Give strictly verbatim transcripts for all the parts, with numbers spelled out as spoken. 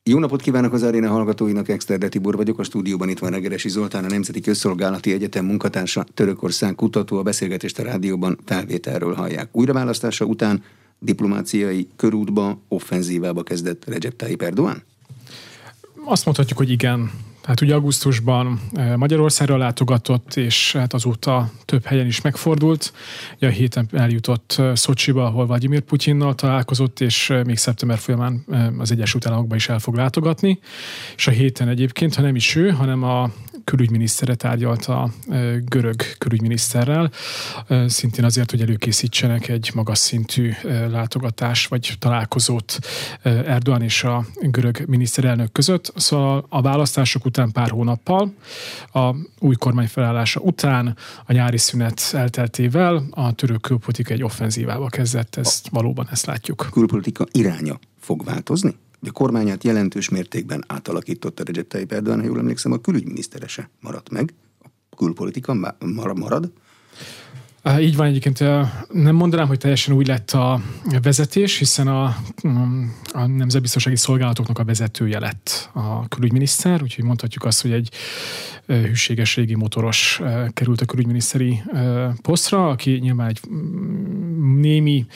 Jó napot kívánok az aréna hallgatóinak, Exterde Tibor vagyok, a stúdióban itt van Egeresi Zoltán, a Nemzeti Közszolgálati Egyetem munkatársa, Törökország kutató, a beszélgetést a rádióban felvételről hallják. Újraválasztása után diplomáciai körútba, offenzívába kezdett Recep Tayyip Erdoğan? Azt mondhatjuk, hogy igen. Hát ugye augusztusban Magyarországra látogatott, és hát azóta több helyen is megfordult. Ugye a héten eljutott Szocsiba, ahol Vladimir Putyinnal találkozott, és még szeptember folyamán az Egyesült Államokba is el fog látogatni. És a héten egyébként, ha nem is ő, hanem a külügyminisztere tárgyalt a görög külügyminiszterrel, szintén azért, hogy előkészítsenek egy magas szintű látogatás vagy találkozót Erdoğan és a görög miniszterelnök között. Szóval a választások után pár hónappal, a új kormány felállása után, a nyári szünet elteltével a török külpolitika egy offenzívába kezdett, ezt valóban ezt látjuk. A külpolitika iránya fog változni? A kormányát jelentős mértékben átalakította Recep Tayyip Erdoğan, ha jól emlékszem, a külügyminisztere se maradt meg. A külpolitika marad? Így van, egyébként nem mondanám, hogy teljesen új lett a vezetés, hiszen a, a nemzetbiztonsági szolgálatoknak a vezetője lett a külügyminiszter, úgyhogy mondhatjuk azt, hogy egy hűséges régi motoros került a külügyminiszteri posztra, aki nyilván egy némi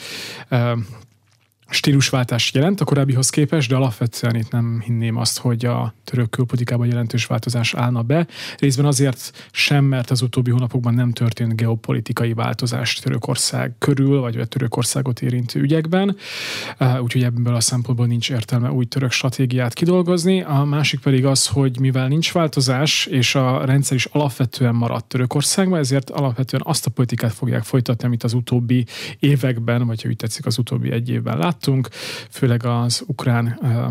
stílusváltás jelent a korábbihoz képest, de alapvetően itt nem hinném azt, hogy a török külpolitikában jelentős változás állna be. Részben azért sem, mert az utóbbi hónapokban nem történt geopolitikai változás Törökország körül, vagy a Törökországot érintő ügyekben. Úgyhogy ebből a szempontból nincs értelme új török stratégiát kidolgozni. A másik pedig az, hogy mivel nincs változás, és a rendszer is alapvetően maradt Törökországban, ezért alapvetően azt a politikát fogják folytatni, amit az utóbbi években, vagy ha úgy tetszik, az utóbbi egy évben lát, főleg az ukrán,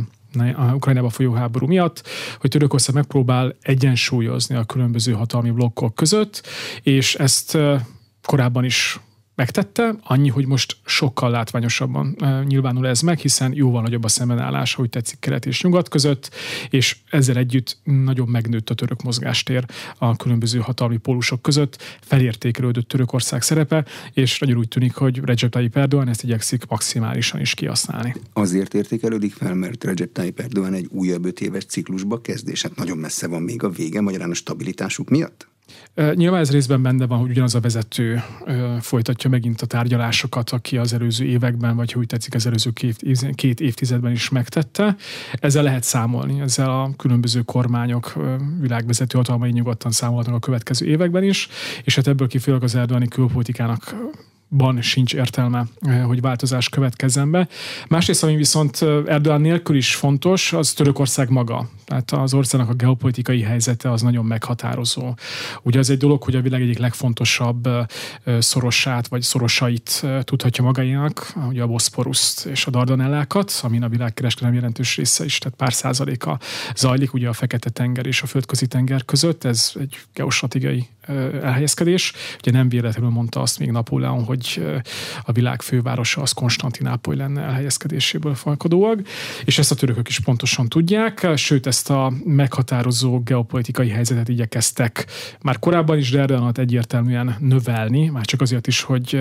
a Ukrajnába folyó háború miatt, hogy Törökország megpróbál egyensúlyozni a különböző hatalmi blokkok között, és ezt korábban is megtette, annyi, hogy most sokkal látványosabban e, nyilvánul ez meg, hiszen jóval nagyobb a szembenállás, hogy tetszik kelet és nyugat között, és ezzel együtt nagyon megnőtt a török mozgástér a különböző hatalmi pólusok között, felértékelődött Törökország szerepe, és nagyon úgy tűnik, hogy Recep Tayyip Erdoğan ezt igyekszik maximálisan is kihasználni. Azért értékelődik fel, mert Recep Tayyip Erdoğan egy újabb öt éves ciklusba kezd, és hát nagyon messze van még a vége, magyarán a stabilitásuk miatt? Nyilván ez részben benne van, hogy ugyanaz a vezető folytatja megint a tárgyalásokat, aki az előző években, vagy hogy tetszik, az előző két, két évtizedben is megtette. Ezzel lehet számolni, ezzel a különböző kormányok, világvezető hatalmai nyugodtan számolhatnak a következő években is, és hát ebből kifolyólag az erdoğani külpolitikának ban sincs értelme, hogy változás következzen be. Másrészt, ami viszont Erdoğan nélkül is fontos, az Törökország maga. Tehát az országnak a geopolitikai helyzete az nagyon meghatározó. Ugye az egy dolog, hogy a világ egyik legfontosabb szorosát, vagy szorosait tudhatja magáénak, ugye a Boszporuszt és a Dardanellákat, amin a világkereskedelem jelentős része is, tehát pár százaléka zajlik, ugye a Fekete-tenger és a Földközi-tenger között. Ez egy geostratégiai elhelyezkedés. Ugye nem véletlenül mondta azt még Napóleon, hogy a világ fővárosa az Konstantinápoly lenne elhelyezkedéséből fakadóak, és ezt a törökök is pontosan tudják, sőt ezt a meghatározó geopolitikai helyzetet igyekeztek már korábban is, de Erdoğanot egyértelműen növelni, már csak azért is, hogy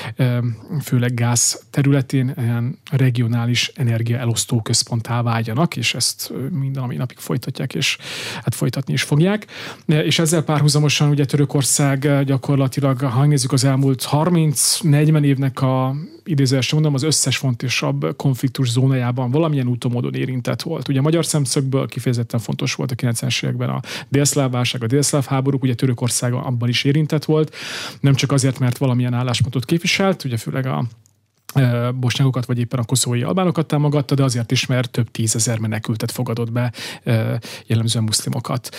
főleg gáz területén ilyen regionális energiaelosztó központtá váljanak, és ezt minden ami napig folytatják, és hát folytatni is fogják. És ezzel párhuzamosan ugye Törökország gyakorlatilag, ha megnézzük az elmúlt harminc-negyven évnek a idézőesen mondom, az összes fontosabb konfliktus zónájában valamilyen úton módon érintett volt. Ugye a magyar szemszögből kifejezetten fontos volt a kilencvenes években a délszláv válság, a délszláv háborúk, ugye Törökország abban is érintett volt, nem csak azért, mert valamilyen álláspontot képviselt, ugye főleg a bosnyákokat, vagy éppen a koszovói albánokat támogatta, de azért is, mert több tízezer menekültet fogadott be, jellemzően muszlimokat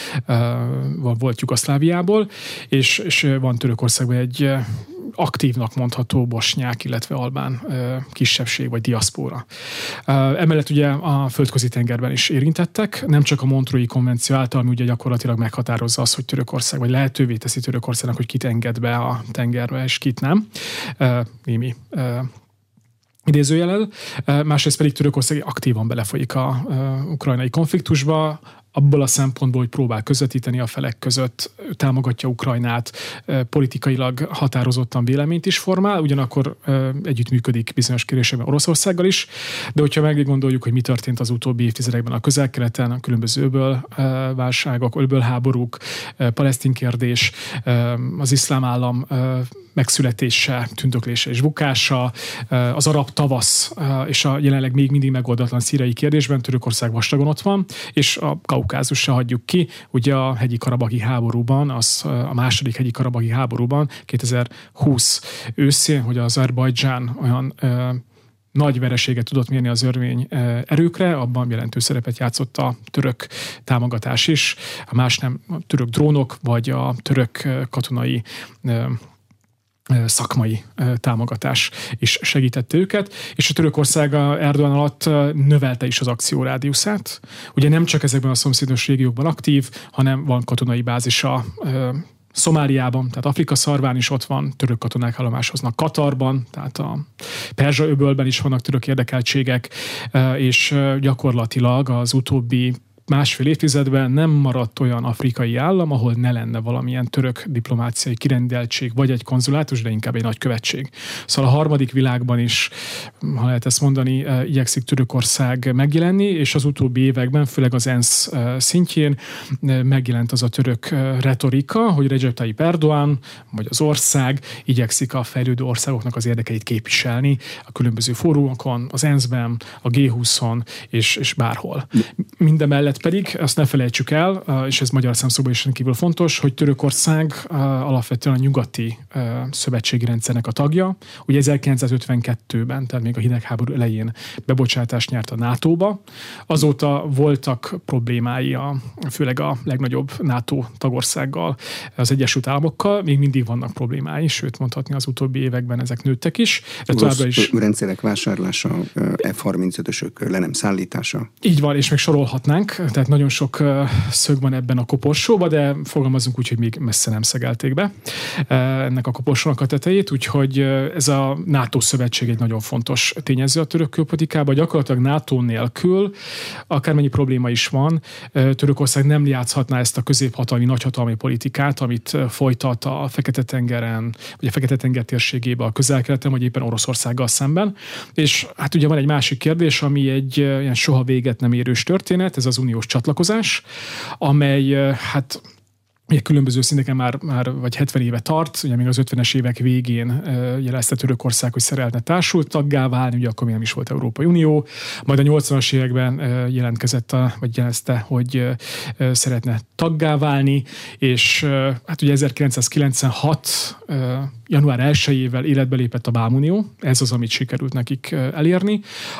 volt Jugoszláviából, és, és van Törökországban egy aktívnak mondható bosnyák, illetve albán kisebbség vagy diaszpóra. Emellett ugye a Földközi-tengerben is érintettek, nem csak a Montreux-i konvenció által, ami ugye gyakorlatilag meghatározza azt, hogy Törökország, vagy lehetővé teszi Törökországnak, hogy kit enged be a tengerbe, és kit nem. Némi idézőjelel. Másrészt pedig Törökország aktívan belefolyik a ukrajnai konfliktusba, abból a szempontból, hogy próbál közvetíteni a felek között, támogatja Ukrajnát, politikailag határozottan véleményt is formál, ugyanakkor együttműködik bizonyos kérdésekben Oroszországgal is, de hogyha meggondoljuk, hogy mi történt az utóbbi évtizedekben a Közel-Keleten, a különböző öbölválságok, öbölháborúk, palesztin kérdés, az iszlám állam megszületése, tündöklése és bukása, az arab tavasz és a jelenleg még mindig megoldatlan szíriai kérdésben Törökország vastagon ott van, és a Kaukázus se hagyjuk ki. Ugye a hegyi karabahi háborúban, az a második hegyi karabahi háborúban kétezer-húsz őszén, hogy az Azerbajdzsán olyan nagy vereséget tudott mérni az örmény erőkre, abban jelentős szerepet játszott a török támogatás is, a más nem a török drónok, vagy a török katonai szakmai támogatás is segítette őket, és a Törökország a Erdogan alatt növelte is az akciórádiuszát. Ugye nem csak ezekben a szomszédos régiókban aktív, hanem van katonai bázisa Szomáliában, tehát Afrika szarván is ott van, török katonák állomásoznak Katarban, tehát a Perzsa-öbölben is vannak török érdekeltségek, és gyakorlatilag az utóbbi másfél évtizedben nem maradt olyan afrikai állam, ahol ne lenne valamilyen török diplomáciai kirendeltség, vagy egy konzulátus, de inkább egy nagykövetség. Szóval a harmadik világban is, ha lehet ezt mondani, igyekszik Törökország megjelenni, és az utóbbi években, főleg az ENSZ szintjén megjelent az a török retorika, hogy Recep Tayyip Erdoğan, vagy az ország igyekszik a fejlődő országoknak az érdekeit képviselni a különböző fórumokon, az enszben, a gé húszon és, és bárhol. Mindemellett pedig, azt ne felejtsük el, és ez magyar szemszögből is rendkívül fontos, hogy Törökország alapvetően a nyugati szövetségi rendszernek a tagja. Ugye ezerkilencszázötvenkettőben, tehát még a hidegháború elején bebocsátást nyert a nátóba. Azóta voltak problémái, a, főleg a legnagyobb NATO tagországgal, az Egyesült Államokkal, még mindig vannak problémái, sőt mondhatni az utóbbi években ezek nőttek is. De továbbra is rendszerek vásárlása, ef harmincötösök le nem szállítása. Így van, és még sorolhatnánk. Tehát nagyon sok szög van ebben a koporsóban, de fogalmazunk úgy, hogy még messze nem szegelték be ennek a koporsónak a tetejét, úgyhogy ez a NATO szövetség egy nagyon fontos tényező a török külpolitikában. Gyakorlatilag NATO nélkül, akármennyi probléma is van, Törökország nem játszhatná ezt a középhatalmi, nagyhatalmi politikát, amit folytat a Fekete-tengeren, vagy a Fekete-tenger térségében, a Közel-Keleten, vagy éppen Oroszországgal szemben. És hát ugye van egy másik kérdés, ami egy ilyen soha véget nem érős történet, ez az uniós csatlakozás, amely hát ugye különböző szinteken már, már vagy hetven éve tart, ugye még az ötvenes évek végén jelezte Törökország, hogy szeretne társult taggá válni, ugye akkor még nem is volt Európai Unió, majd a nyolcvanas években jelentkezett, a, vagy jelezte, hogy szeretne taggá válni, és hát ugye ezerkilencszázkilencvenhat január elsejével életbe lépett a Vámunió, ez az, amit sikerült nekik elérni,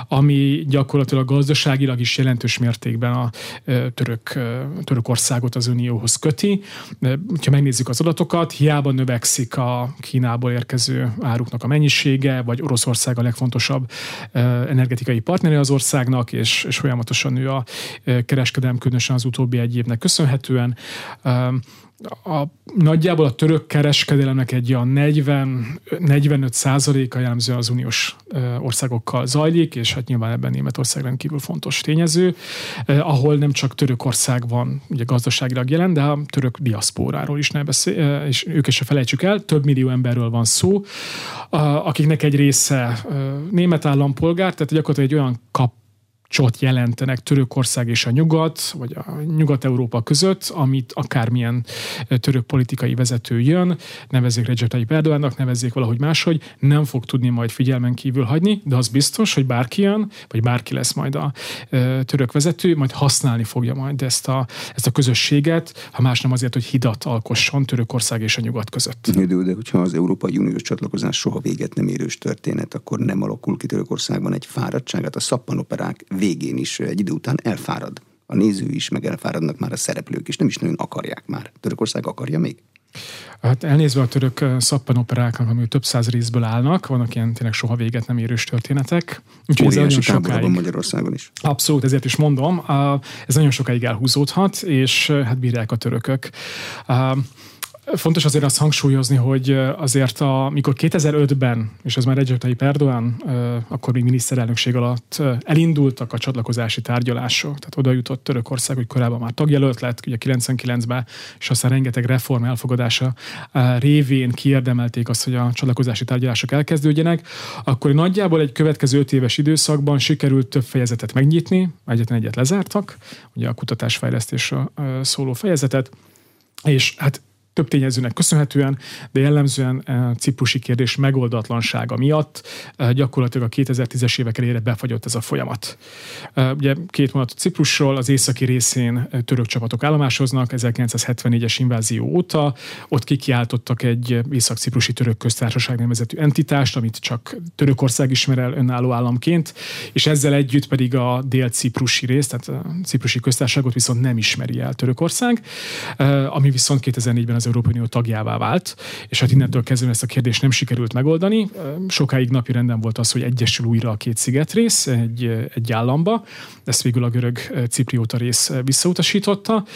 ami gyakorlatilag gazdaságilag is jelentős mértékben a török, Törökországot az Unióhoz köti. Ha megnézzük az adatokat, hiába növekszik a Kínából érkező áruknak a mennyisége, vagy Oroszország a legfontosabb energetikai partnere az országnak, és, és folyamatosan nő a kereskedelem, különösen az utóbbi egy évnek köszönhetően. A, nagyjából a török kereskedelemnek egy olyan negyven-negyvenöt százaléka jellemzően az uniós országokkal zajlik, és hát nyilván ebben Németország rendkívül fontos tényező, eh, ahol nem csak Törökország van ugye gazdaságilag jelen, de a török diaszpóráról is ne beszél, eh, és ők is se felejtsük el, több millió emberről van szó, eh, akiknek egy része eh, német állampolgár, tehát gyakorlatilag egy olyan kap csot jelentenek Törökország és a Nyugat, vagy a Nyugat-Európa között, amit akármilyen török politikai vezető jön, nevezzék Recep Tayyip Erdoğannak, nevezzék valahogy máshogy, nem fog tudni majd figyelmen kívül hagyni, de az biztos, hogy bárki jön, vagy bárki lesz majd a török vezető, majd használni fogja majd ezt a, ezt a közösséget, ha más nem azért, hogy hidat alkosson Törökország és a Nyugat között. De, de hogyha az Európai Uniós csatlakozás soha véget nem érős történet, akkor nem alakul ki Törökországban egy fáradtságát, a szappanoperák végén is egy idő után elfárad. A néző is, meg elfáradnak már a szereplők is, nem is nagyon akarják már. Törökország akarja még? Hát elnézve a török szappanoperáknak, ami több száz részből állnak, vannak ilyen tényleg soha véget nem érős történetek. Úgyhogy ez nagyon sokáig Magyarországon is. Abszolút, ezért is mondom, ez nagyon sokáig elhúzódhat, és hát bírják a törökök. Fontos azért azt hangsúlyozni, hogy azért a, mikor kétezer-ötben, és ez már Recep Tayyip Erdoğan, akkor még miniszterelnökség alatt elindultak a csatlakozási tárgyalások, tehát oda jutott Törökország, hogy korábban már tagjelölt lett, ugye kilencvenkilencben, és aztán rengeteg reform elfogadása révén kiérdemelték azt, hogy a csatlakozási tárgyalások elkezdődjenek, akkor nagyjából egy következő öt éves időszakban sikerült több fejezetet megnyitni, egyetlen egyet lezártak, ugye a kutatásfejlesztésről szóló fejezetet, és hát több tényezőnek köszönhetően, de jellemzően a ciprusi kérdés megoldatlansága miatt gyakorlatilag a kétezer-tízes évek elére befagyott ez a folyamat. Ugye két mondatot Ciprusról, az északi részén török csapatok állomásoznak ezerkilencszázhetvennégyes invázió óta, ott kikiáltottak egy észak-ciprusi török köztársaság nevezetű entitást, amit csak Törökország ismer el önálló államként, és ezzel együtt pedig a dél-ciprusi részt, tehát a ciprusi köztársaságot viszont nem ismeri el Törökország, ami viszont kétezer-négyben az Európai Unió tagjává vált, és hát innentől kezdve ezt a kérdést nem sikerült megoldani. Sokáig napirenden volt az, hogy egyesül újra a két szigetrész egy, egy államba. Ezt végül a görög cipriota rész visszautasította.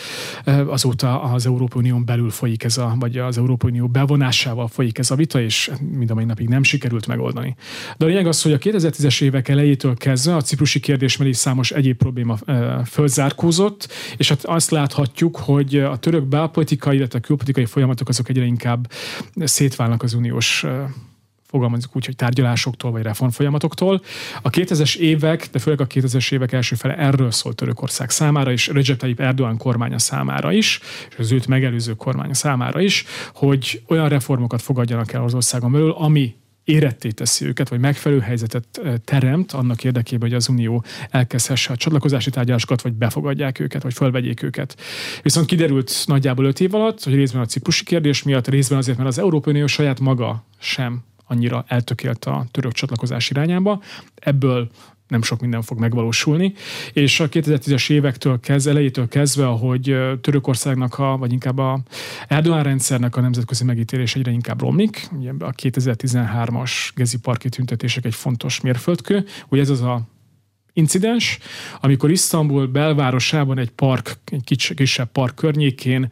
Azóta az Európai Unión belül folyik ez a, vagy az Európai Unió bevonásával folyik ez a vita, és mind a mai napig nem sikerült megoldani. De a lényeg az, hogy a kétezer-tízes évek elejétől kezdve a ciprusi kérdés mellé számos egyéb probléma fölzárkózott, és hát azt láthatjuk, hogy a török belpolitikai, illetve a külpolitikai folyamatok azok egyre inkább szétválnak az uniós, fogalmazunk úgy, hogy tárgyalásoktól vagy reformfolyamatoktól. A kétezres évek, de főleg a kétezres évek első fele erről szólt Törökország számára, és Recep Tayyip Erdoğan kormánya számára is, és az őt megelőző kormánya számára is, hogy olyan reformokat fogadjanak el az országon belül, ami éretté teszi őket, vagy megfelelő helyzetet teremt annak érdekében, hogy az Unió elkezdhesse a csatlakozási tárgyalásokat, vagy befogadják őket, vagy fölvegyék őket. Viszont kiderült nagyjából öt év alatt, hogy részben a ciprusi kérdés miatt, részben azért, mert az Európai Unió saját maga sem annyira eltökélt a török csatlakozás irányába. Ebből nem sok minden fog megvalósulni, és a kétezer-tízes évektől kezdve, elejétől kezdve, ahogy Törökországnak, a, vagy inkább a Erdoğan rendszernek a nemzetközi megítélés egyre inkább romlik. Ugye a kétezer-tizenhármas Gezi parki tüntetések egy fontos mérföldkő, ugye ez az a incidens, amikor Isztambul belvárosában egy park, egy kis, kisebb park környékén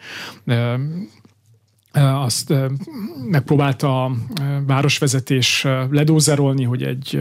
azt megpróbálta a városvezetés ledózerolni, hogy egy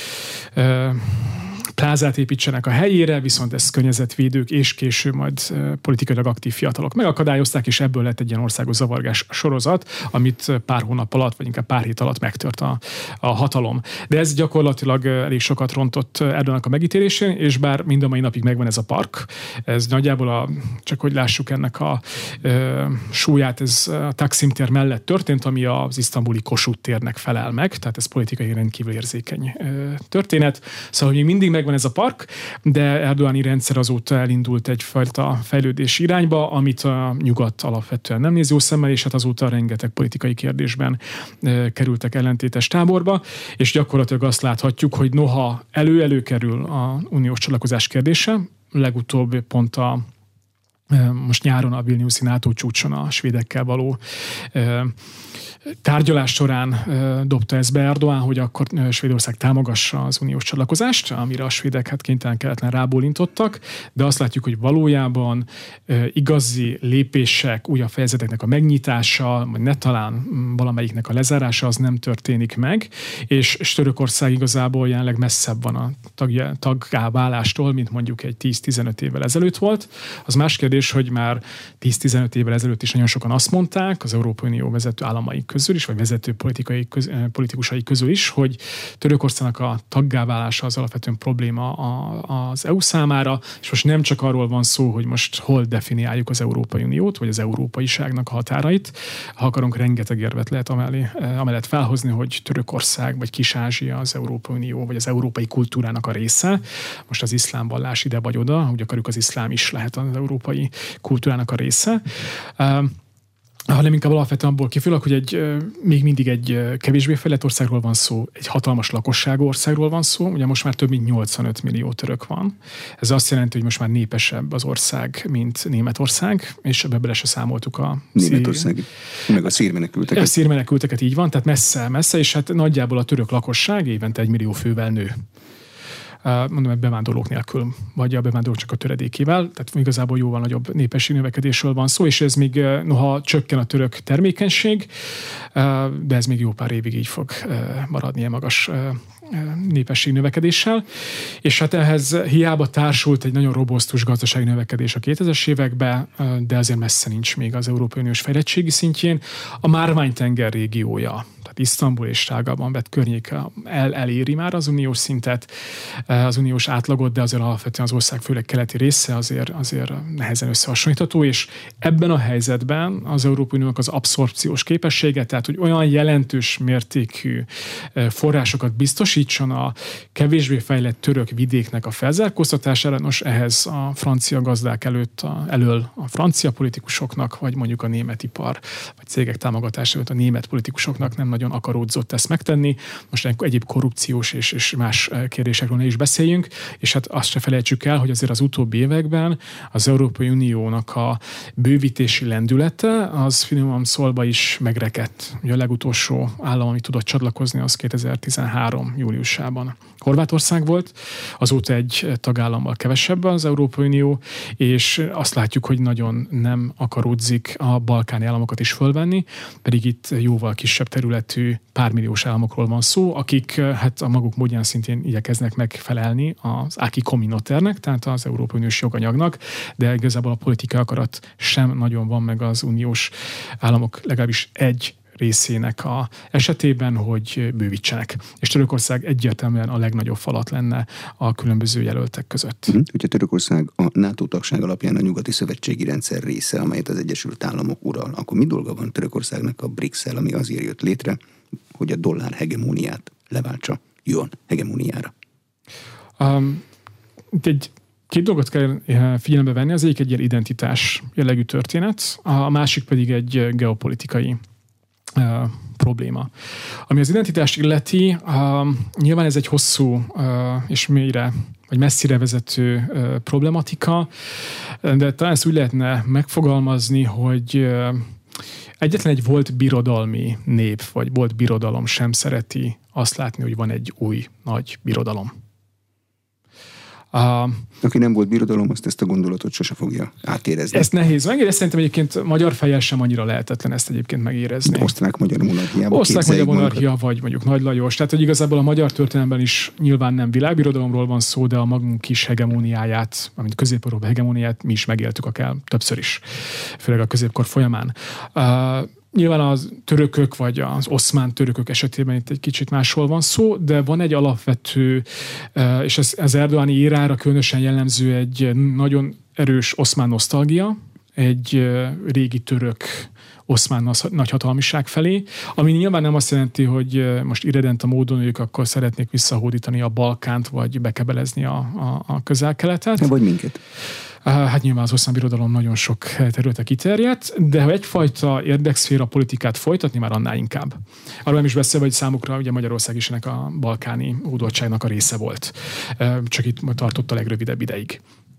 plázát építsenek a helyére, viszont ezt környezetvédők és később majd politikailag aktív fiatalok megakadályozták, és ebből lett egy ilyen országos zavargás sorozat, amit pár hónap alatt, vagy inkább pár hét alatt megtört a, a hatalom. De ez gyakorlatilag elég sokat rontott Erdoğannak a megítélésén, és bár mind a mai napig megvan ez a park, ez nagyjából, a, csak hogy lássuk ennek a e, súlyát, ez a Taksim tér mellett történt, ami az isztambuli Kossuth térnek felel meg, tehát ez politikai rendkívül érzékeny e, történet. Szóval még mindig megvan ez a park, de Erdoğani rendszer azóta elindult egyfajta fejlődés irányba, amit a nyugat alapvetően nem néz jó szemmel, és hát azóta rengeteg politikai kérdésben e, kerültek ellentétes táborba, és gyakorlatilag azt láthatjuk, hogy noha elő-elő kerül a uniós csatlakozás kérdése, legutóbb pont a most nyáron a Vilniuszi NATO csúcson a svédekkel való tárgyalás során dobta ezt be Erdoğan, hogy akkor Svédország támogassa az uniós csatlakozást, amire a svédek hát kénytelen kelletlen rábólintottak, de azt látjuk, hogy valójában igazi lépések, újabb fejezeteknek a megnyitása, vagy ne talán valamelyiknek a lezárása, az nem történik meg, és, és Törökország igazából jelenleg messzebb van a tagja, taggá válástól, mint mondjuk egy tíz-tizenöt évvel ezelőtt volt. Az más kérdés, hogy már tíz-tizenöt évvel ezelőtt is nagyon sokan azt mondták, az Európai Unió vezető államai közül is, vagy vezető politikai köz, politikusai közül is, hogy Törökországnak a taggá válása az alapvetően probléma a, az é u számára, és most nem csak arról van szó, hogy most hol definiáljuk az Európai Uniót, vagy az európaiságnak a határait. Ha akarunk, rengeteg érvet lehet amellé, amellett felhozni, hogy Törökország, vagy Kis-Ázsia az Európai Unió, vagy az európai kultúrának a része. Most az iszlám vallás ide vagy oda, úgy akarjuk, az iszlám is lehet az európai kultúrának a része. hanem inkább alapvetően abból kifolyólag, hogy egy, még mindig egy kevésbé fejlett országról van szó, egy hatalmas lakosságú országról van szó, ugye most már több mint nyolcvanöt millió török van. Ez azt jelenti, hogy most már népesebb az ország, mint Németország, és ebbe bele se számoltuk a Németország, szír... meg a szírmenekülteket. A szírmenekülteket így van, tehát messze, messze, és hát nagyjából a török lakosság évente egy millió fővel nő. mondom, hogy bevándorlók nélkül, vagy a bevándorlók csak a töredékével, tehát igazából jóval nagyobb népesség növekedésről van szó, és ez még noha csökken a török termékenység, de ez még jó pár évig így fog maradni ilyen magas népesség növekedéssel, és hát ehhez hiába társult egy nagyon robosztus gazdasági növekedés a kétezres években, de azért messze nincs még az Európai Uniós fejlettségi szintjén. A Márvány-tenger régiója, tehát Isztambul és Stágában vett környéke el, eléri már az uniós szintet, az uniós átlagot, de azért alapvetően az ország főleg keleti része azért, azért nehezen összehasonlítható, és ebben a helyzetben az Európai Uniónak az abszorpciós képessége, tehát hogy olyan jelentős mértékű forrásokat biztosítson a kevésbé fejlett török vidéknek a felzárkóztatására, nos ehhez a francia gazdák előtt, a, elől a francia politikusoknak, vagy mondjuk a német ipar, vagy cégek támogatása előtt a német politikusoknak nem nagyon akaródzott ezt megtenni. Most egyéb korrupciós és, és más kérdésekről ne is beszéljünk, és hát azt se felejtsük el, hogy azért az utóbbi években az Európai Uniónak a bővítési lendülete az finoman szólva is megrekedt. Ugye a legutolsó állam, ami tudott csatlakozni, az kétezer-tizenhárom júliusában Horvátország volt, azóta egy tagállammal kevesebb az Európai Unió, és azt látjuk, hogy nagyon nem akaródzik a balkáni államokat is fölvenni, pedig itt jóval kisebb területű pármilliós államokról van szó, akik hát a maguk módján szintén igyekeznek megfelelni az acquis communautaire-nek, tehát az Európai Uniós joganyagnak, de igazából a politikai akarat sem nagyon van meg az uniós államok legalábbis egy részének a esetében, hogy bővítsenek. És Törökország egyértelműen a legnagyobb falat lenne a különböző jelöltek között. Uh-huh. Hogyha Törökország a NATO tagság alapján a nyugati szövetségi rendszer része, amelyet az Egyesült Államok ural, akkor mi dolga van Törökországnak a brikszel, ami azért jött létre, hogy a dollár hegemóniát leváltsa, jön hegemóniára? Um, egy Két dolgot kell figyelembe venni, az egyik egy ilyen identitás jellegű történet, a másik pedig egy geopolitikai uh, probléma. Ami az identitást illeti, uh, nyilván ez egy hosszú uh, és mélyre vagy messzire vezető uh, problematika, de talán ezt úgy lehetne megfogalmazni, hogy uh, egyetlen egy volt birodalmi nép, vagy volt birodalom sem szereti azt látni, hogy van egy új nagy birodalom. Uh, Aki nem volt birodalom, azt ezt a gondolatot sose fogja átérezni. Ezt nehéz megérezni, szerintem egyébként magyar fejjel sem annyira lehetetlen ezt egyébként megérezni. Osztrák-magyar monarchiában. Osztrák-magyar monarchia, vagy mondjuk Nagy Lajos. Tehát, hogy igazából a magyar történelemben is nyilván nem világbirodalomról van szó, de a magunk kis hegemóniáját, amint közép-európai hegemóniát mi is megéltük akár többször is, főleg a középkor folyamán. Uh, Nyilván az törökök, vagy az oszmán törökök esetében itt egy kicsit máshol van szó, de van egy alapvető, és ez, ez Erdoğani érára különösen jellemző egy nagyon erős oszmán nosztalgia, egy régi török oszmán nagyhatalmiság felé, ami nyilván nem azt jelenti, hogy most irredent a módon ők akkor szeretnék visszahódítani a Balkánt, vagy bekebelezni a, a, a Közel-Keletet. Vagy minket. Hát nyilván az oszmán birodalom nagyon sok területe kiterjedt, de ha egyfajta érdekszféra politikát folytatni, már annál inkább. Arról nem is beszélve, hogy számukra ugye Magyarország is ennek a balkáni hódoltságnak a része volt. Csak itt tartott a legrövidebb ideig.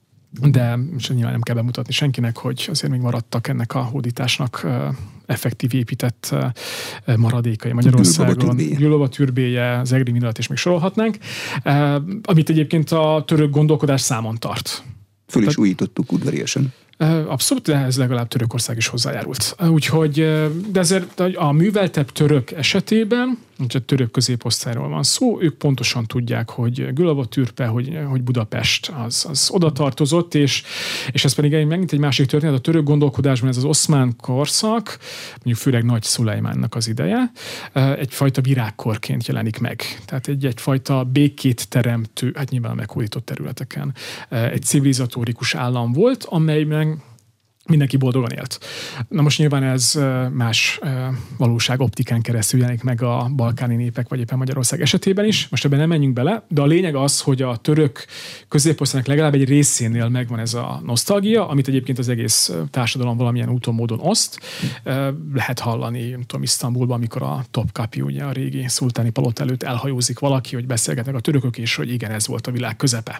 De nyilván nem kell bemutatni senkinek, hogy azért még maradtak ennek a hódításnak effektív épített maradékai Magyarországon. Gyulova türbéje, az egri minaret, és még sorolhatnánk. Amit egyébként a török gondolkodás számon tart. Föl is újítottuk udvariasan. Abszolút, de ez legalább Törökország is hozzájárult. Úgyhogy, de ezért a műveltebb török esetében, a török középosztályról van szó, ők pontosan tudják, hogy Gülova türpe, hogy, hogy Budapest az, az oda tartozott, és, és ez pedig egy, megint egy másik történet, a török gondolkodásban ez az oszmán korszak, mondjuk főleg Nagy Szulajmánnak az ideje, egyfajta virágkorként jelenik meg. Tehát egy, egyfajta békét teremtő, hát nyilván a meghódított területeken, egy civilizatórikus állam volt, amelyben mindenki boldogan élt. Na most nyilván ez más valóság optikán keresztül jelenik meg a balkáni népek, vagy éppen Magyarország esetében is. Most ebben nem menjünk bele, de a lényeg az, hogy a török középosztálynak legalább egy részénél megvan ez a nosztalgia, amit egyébként az egész társadalom valamilyen úton, módon oszt. Lehet hallani, nem tudom, Isztambulban, amikor a Topkapi, ugye a régi szultáni palota előtt elhajózik valaki, hogy beszélgetnek a törökök, és hogy igen, ez volt a világ közepe.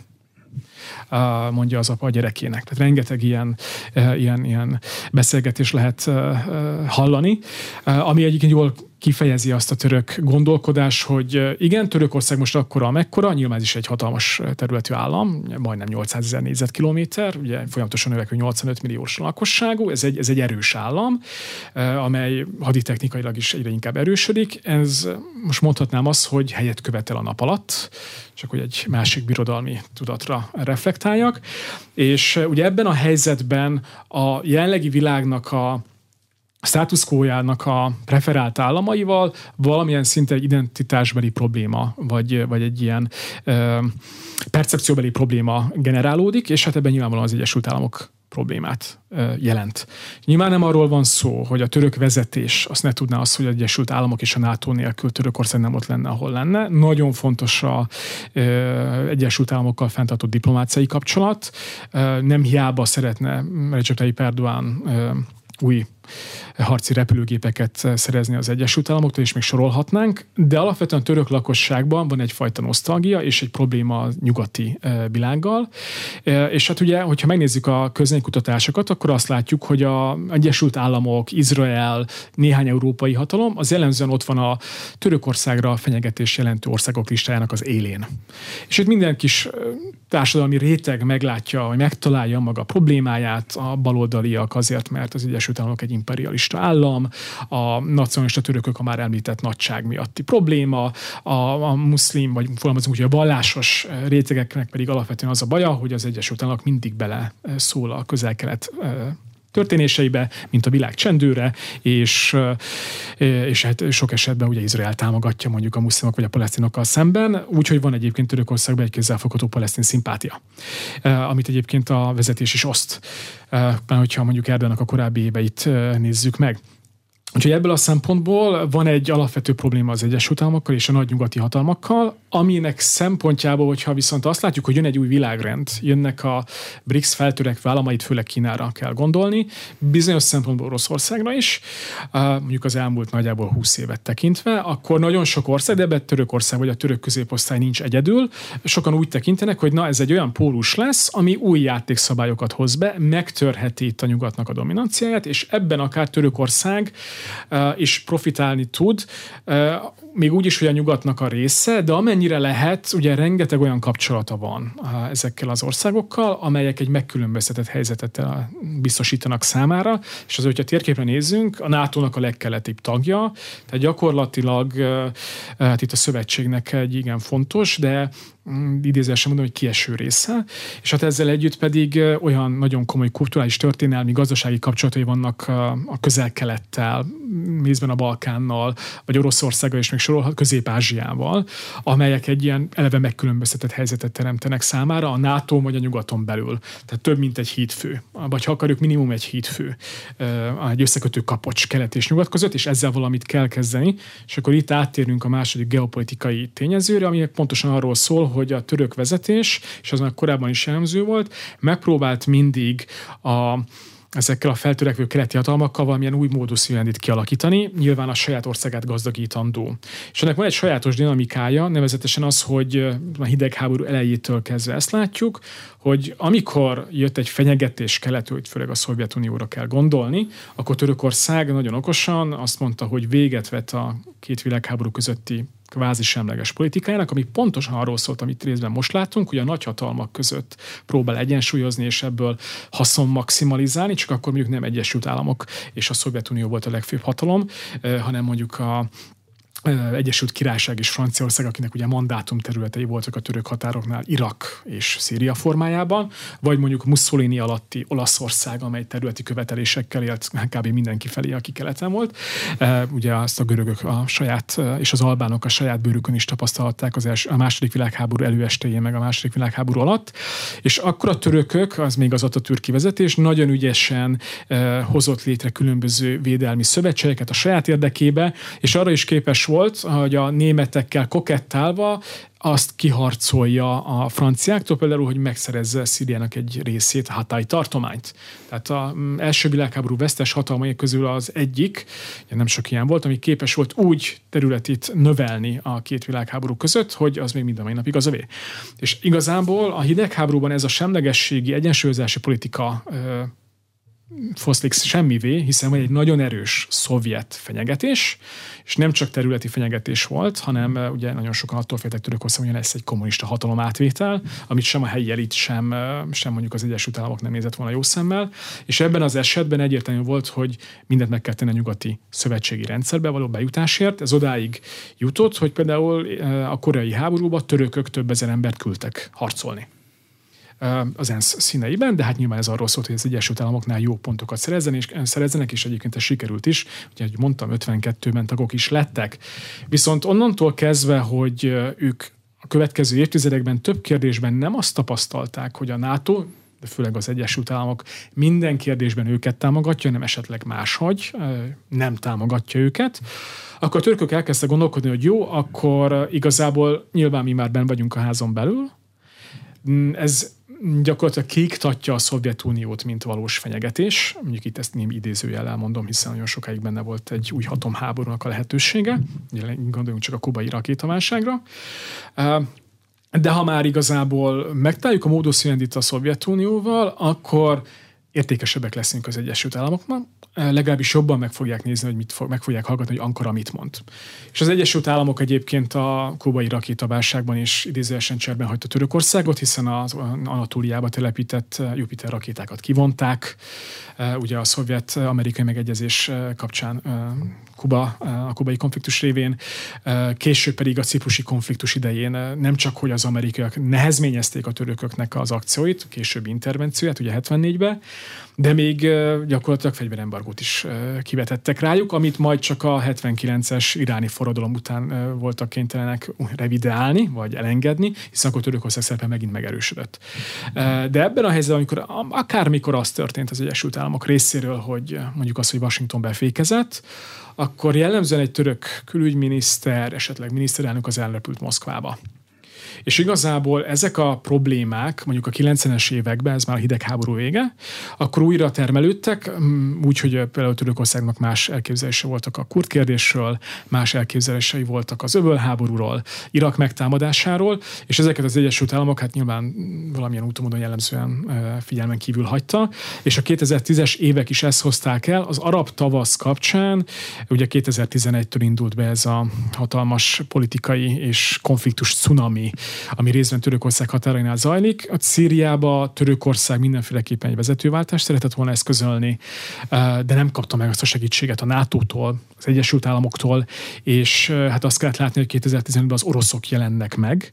Mondja az apa a gyerekének. Tehát rengeteg ilyen, ilyen, ilyen beszélgetés lehet hallani, ami egyébként jól kifejezi azt a török gondolkodás, hogy igen, Törökország most akkora, amekkora, nyilván ez is egy hatalmas területű állam, majdnem nyolcszázezer négyzetkilométer, ugye folyamatosan növekvő nyolcvanöt milliós lakosságú, ez egy, ez egy erős állam, amely haditechnikailag is egyre inkább erősödik. Ez most mondhatnám azt, hogy helyet követel a nap alatt, csak hogy egy másik birodalmi tudatra reflektáljak. És ugye ebben a helyzetben a jelenlegi világnak a status quo-jának a preferált államaival valamilyen szinte egy identitásbeli probléma, vagy, vagy egy ilyen ö, percepcióbeli probléma generálódik, és hát ebben nyilvánvalóan az Egyesült Államok problémát ö, jelent. Nyilván nem arról van szó, hogy a török vezetés azt ne tudná azt, hogy az Egyesült Államok és a NATO nélkül Törökország nem ott lenne, ahol lenne. Nagyon fontos az Egyesült Államokkal fenntartott diplomáciai kapcsolat. Ö, nem hiába szeretne Recep Tayyip Erdoğan ö, új harci repülőgépeket szerezni az Egyesült Államoktól, és még sorolhatnánk, de alapvetően a török lakosságban van egyfajta nosztalgia és egy probléma a nyugati világgal. És hát ugye, hogyha megnézzük a közvéleménykutatásokat, akkor azt látjuk, hogy az Egyesült Államok, Izrael, néhány európai hatalom, az jellemzően ott van a Törökországra fenyegetés jelentő országok listájának az élén. És itt minden kis társadalmi réteg meglátja, hogy megtalálja maga problémáját, a baloldaliak azért, mert az Egyesült Államok egy imperialista állam, a nacionalista törökök a már említett nagyság miatti probléma, a, a muszlim, vagy fogalmazunk, hogy a vallásos rétegeknek pedig alapvetően az a baja, hogy az Egyesült Államok mindig bele szól a közel-kelet történéseibe, mint a világ csendőre, és, és hát sok esetben ugye Izrael támogatja mondjuk a muszlimok vagy a palesztinokkal szemben, úgyhogy van egyébként Törökországban egy kézzelfogható palesztin szimpátia, amit egyébként a vezetés is oszt, hogyha mondjuk Erdoğannak a korábbi éveit nézzük meg. Úgyhogy ebből a szempontból van egy alapvető probléma az Egyesült Államokkal és a nagy nyugati hatalmakkal, aminek szempontjából, hogyha viszont azt látjuk, hogy jön egy új világrend, jönnek a BRICS feltörekvő államait, főleg Kínára kell gondolni, bizonyos szempontból Oroszországra is, mondjuk az elmúlt nagyjából húsz évet tekintve, akkor nagyon sok ország, de ebben Törökország vagy a török középosztály nincs egyedül, sokan úgy tekintenek, hogy na ez egy olyan pólus lesz, ami új játékszabályokat hoz be, megtörheti itt a nyugatnak a dominanciáját, és ebben akár Törökország és profitálni tud, még úgy is, hogy a nyugatnak a része, de amennyire lehet, ugye rengeteg olyan kapcsolata van ezekkel az országokkal, amelyek egy megkülönböztetett helyzetet biztosítanak számára, és az, hogyha térképen nézzünk, a nátónak a legkeletibb tagja, tehát gyakorlatilag hát itt a szövetségnek egy igen fontos, de idézősen mondom, hogy kieső része, és hát ezzel együtt pedig olyan nagyon komoly kulturális, történelmi, gazdasági kapcsolatai vannak a Közel-Kelettel, részben a Balkánnal, vagy Oroszországgal és még sorolhat, Közép-Ázsiával, amelyek egy ilyen eleve megkülönböztetett helyzetet teremtenek számára a NATO vagy a nyugaton belül. Tehát több, mint egy hídfő, vagy ha akarjuk, minimum egy hídfő, egy összekötő kapocs kelet és nyugat között, és ezzel valamit kell kezdeni, és akkor itt áttérünk a második geopolitikai tényezőre, ami pontosan arról szól, hogy a török vezetés, és az már korábban is jellemző volt, megpróbált mindig a ezekkel a feltörekvő keleti hatalmakkal valamilyen új módusz jövendit kialakítani, nyilván a saját országát gazdagítandó. És ennek van egy sajátos dinamikája, nevezetesen az, hogy a hidegháború elejétől kezdve ezt látjuk, hogy amikor jött egy fenyegetés keletről, főleg a Szovjetunióra kell gondolni, akkor Törökország nagyon okosan azt mondta, hogy véget vet a két világháború közötti kvázi semleges politikájának, ami pontosan arról szólt, amit részben most látunk, hogy a nagyhatalmak között próbál egyensúlyozni, és ebből haszon maximalizálni, csak akkor mondjuk nem Egyesült Államok és a Szovjetunió volt a legfőbb hatalom, hanem mondjuk a Egyesült Királyság és Franciaország, akinek ugye mandátum területei voltak a török határoknál, Irak és Szíria formájában, vagy mondjuk Mussolini alatti Olaszország, amely területi követelésekkel élt kb. Mindenki felé, aki keleten volt. Ugye azt a görögök a saját, és az albánok a saját bőrükön is tapasztalhatták az első, a második világháború előestéjén, meg a második világháború alatt. És akkor a törökök, az még az Atatürki vezetés, nagyon ügyesen hozott létre különböző védelmi szövetségeket a saját érdekébe, és arra is képes volt, hogy a németekkel kokettálva azt kiharcolja a franciáktól, például, hogy megszerezze Szíriának egy részét, a Hatay tartományt. Tehát az első világháború vesztes hatalmai közül az egyik, nem sok ilyen volt, ami képes volt úgy területét növelni a két világháború között, hogy az még mind a mai napig az övé. És igazából a hidegháborúban ez a semlegességi, egyensúlyozási politika foszlik semmivé, hiszen van egy nagyon erős szovjet fenyegetés, és nem csak területi fenyegetés volt, hanem ugye nagyon sokan attól féltek Törökország, hogy lesz egy kommunista hatalom átvétel, amit sem a helyi elit, sem, sem mondjuk az Egyesült Államok nem nézett volna jó szemmel, és ebben az esetben egyértelmű volt, hogy mindent meg kell tenni a nyugati szövetségi rendszerbe való bejutásért. Ez odáig jutott, hogy például a koreai háborúban törökök több ezer embert küldtek harcolni az ENSZ színeiben, de hát nyilván ez arról szólt, hogy az Egyesült Államoknál jó pontokat szerezzenek, és, szerezzenek, és egyébként ez sikerült is. Ugye, ahogy mondtam, ötvenkettőben tagok is lettek. Viszont onnantól kezdve, hogy ők a következő évtizedekben több kérdésben nem azt tapasztalták, hogy a NATO, de főleg az Egyesült Államok minden kérdésben őket támogatja, hanem esetleg máshogy nem támogatja őket, akkor a törökök elkezdtek gondolkodni, hogy jó, akkor igazából nyilván mi már benn vagyunk a házon belül, ez gyakorlatilag kiiktatja a Szovjetuniót, mint valós fenyegetés. Mondjuk itt ezt némi idézőjellel mondom, hiszen nagyon sokáig benne volt egy új atomháborúnak a lehetősége. Gondoljunk csak a kubai rakétaválságra. De ha már igazából megtaláljuk a modus vivendi a Szovjetunióval, akkor értékesebbek leszünk az Egyesült Államoknak, legalábbis jobban meg fogják nézni, hogy mit fog, meg fogják hallgatni, hogy Ankara mit mond. És az Egyesült Államok egyébként a kubai rakétaválságban is idézőesen cserben hagyta Törökországot, hiszen az Anatóliába telepített Jupiter rakétákat kivonták. Ugye a szovjet-amerikai megegyezés kapcsán Kuba, a kubai konfliktus révén, később pedig a ciprusi konfliktus idején nem csak, hogy az amerikaiak nehezményezték a törököknek az akcióit, későbbi intervencióját, ugye hetvennégyben, de még gyakorlatilag fegyverembargót is kivetettek rájuk, amit majd csak a hetvenkilences iráni forradalom után voltak kénytelenek revideálni, vagy elengedni, hiszen akkor Törökország szerepe megint megerősödött. De ebben a helyzetben, amikor akármikor az történt az Egyesült Államok részéről, hogy mondjuk az, hogy Washington befékezett, akkor jellemzően egy török külügyminiszter, esetleg miniszterelnök az elrepült Moszkvába. És igazából ezek a problémák, mondjuk a kilencvenes években, ez már a hidegháború vége, akkor újra termelődtek, úgyhogy például Törökországnak más elképzelése voltak a kurd kérdésről, más elképzelései voltak az öbölháborúról, Irak megtámadásáról, és ezeket az Egyesült Államok hát nyilván valamilyen úton módon jellemzően figyelmen kívül hagyta, és a kétezer-tízes évek is ezt hozták el. Az arab tavasz kapcsán, ugye kétezer-tizenegytől indult be ez a hatalmas politikai és konfliktus cunami, ami részben Törökország határainál zajlik. A Szíriába Törökország mindenféleképpen egy vezetőváltást szeretett volna eszközölni, de nem kapta meg azt a segítséget a nátótól, az Egyesült Államoktól, és hát azt kellett látni, hogy kétezer-tizenötben az oroszok jelennek meg.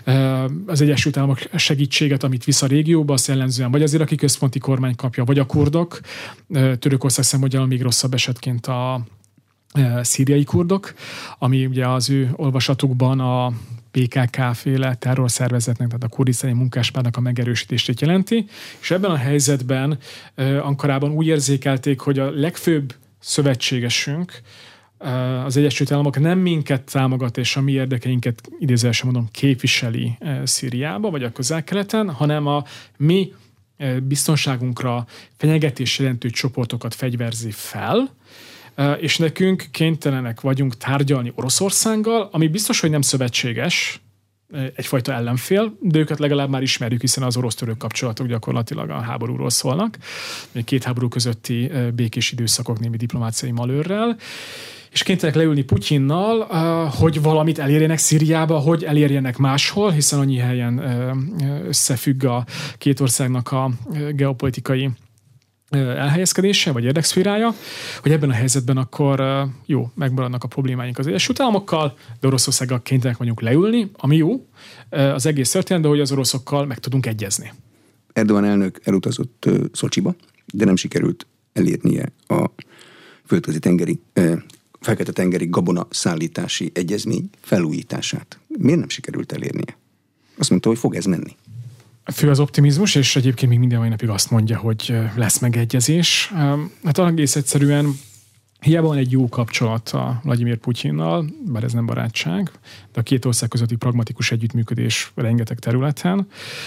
Az Egyesült Államok segítséget, amit visz a régióba, azt jellemzően vagy az iraki központi kormány kapja, vagy a kurdok. Törökország szempontjából még rosszabb esetként a szíriai kurdok, ami ugye az ő olvasatukban a pé ká ká-féle terrorszervezetnek, tehát a kurdisztáni munkáspártnak a megerősítését jelenti, és ebben a helyzetben Ankarában úgy érzékelték, hogy a legfőbb szövetségesünk, az Egyesült Államok nem minket támogat, és a mi érdekeinket idézőesen mondom képviseli Szíriába, vagy a Közel-Keleten, hanem a mi biztonságunkra fenyegetés jelentő csoportokat fegyverzi fel, és nekünk kénytelenek vagyunk tárgyalni Oroszországgal, ami biztos, hogy nem szövetséges, egyfajta ellenfél, de őket legalább már ismerjük, hiszen az orosz-török kapcsolatok gyakorlatilag a háborúról szólnak, két háború közötti békés időszakok némi diplomáciai malőrrel, és kénytelenek leülni Putyinnal, hogy valamit elérjenek Szíriába, hogy elérjenek máshol, hiszen annyi helyen összefügg a két országnak a geopolitikai elhelyezkedése, vagy érdekszférája, hogy ebben a helyzetben akkor jó, megmaradnak a problémáink az Egyesült Államokkal, de Oroszországgal kénytelenek vagyunk leülni, ami jó az egész történetben, hogy az oroszokkal meg tudunk egyezni. Erdogan elnök elutazott Szocsiba, de nem sikerült elérnie a földközi tengeri, Fekete-tengeri gabona szállítási egyezmény felújítását. Miért nem sikerült elérnie? Azt mondta, hogy fog ez menni. Fő az optimizmus, és egyébként még minden mai napig azt mondja, hogy lesz megegyezés. Hát egész egyszerűen hiába van egy jó kapcsolat a Vladimir Putyinnal, bár ez nem barátság, de a két ország közötti pragmatikus együttműködés rengeteg területen.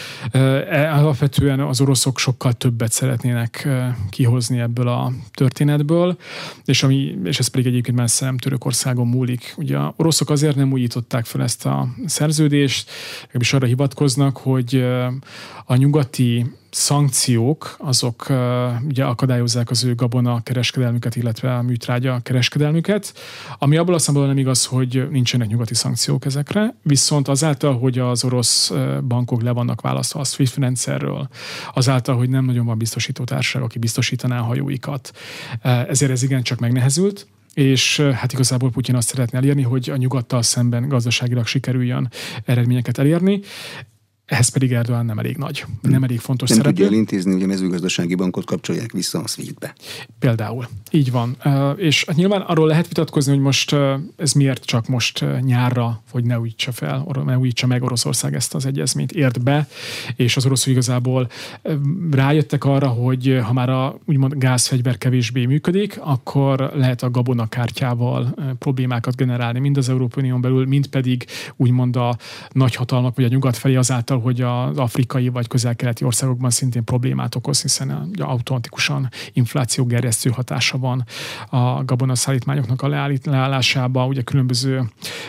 Alapvetően az oroszok sokkal többet szeretnének kihozni ebből a történetből, és, ami, és ez pedig egyébként messze nem Törökországon múlik. Ugye az oroszok azért nem újították fel ezt a szerződést, és arra hivatkoznak, hogy a nyugati szankciók azok ugye akadályozzák az ő gabona kereskedelmüket, illetve a műtrágya kereskedelmüket, ami abból a szempontból nem igaz, hogy nincsenek nyugati szankciók ezekre, viszont azáltal, hogy az orosz bankok le vannak választva a SWIFT rendszerről, azáltal, hogy nem nagyon van biztosító társaság, aki biztosítaná a hajóikat, ezért ez igencsak megnehezült, és hát igazából Putyin azt szeretne elérni, hogy a nyugattal szemben gazdaságilag sikerüljön eredményeket elérni. Ehhez pedig Erdoğan nem elég nagy, nem elég fontos nem szereplő. Nem tudja elintézni, hogy a mezőgazdasági bankot kapcsolják vissza a SWIFT-be. Például. Így van. És hát nyilván arról lehet vitatkozni, hogy most ez miért csak most nyárra, hogy ne újítsa fel, ne újítsa meg Oroszország ezt az egyezményt, ért be, és az oroszok igazából rájöttek arra, hogy ha már a úgymond gázfegyver kevésbé működik, akkor lehet a gabonakártyával problémákat generálni, mind az Európai Unión belül, mind pedig úgymond a nagyhatalmak, vagy a nyugat felé azáltal, hogy az afrikai vagy közel-keleti országokban szintén problémát okoz, hiszen ugye automatikusan infláció gerjesztő hatása van a gabonaszállítmányoknak a leállásában, ugye különböző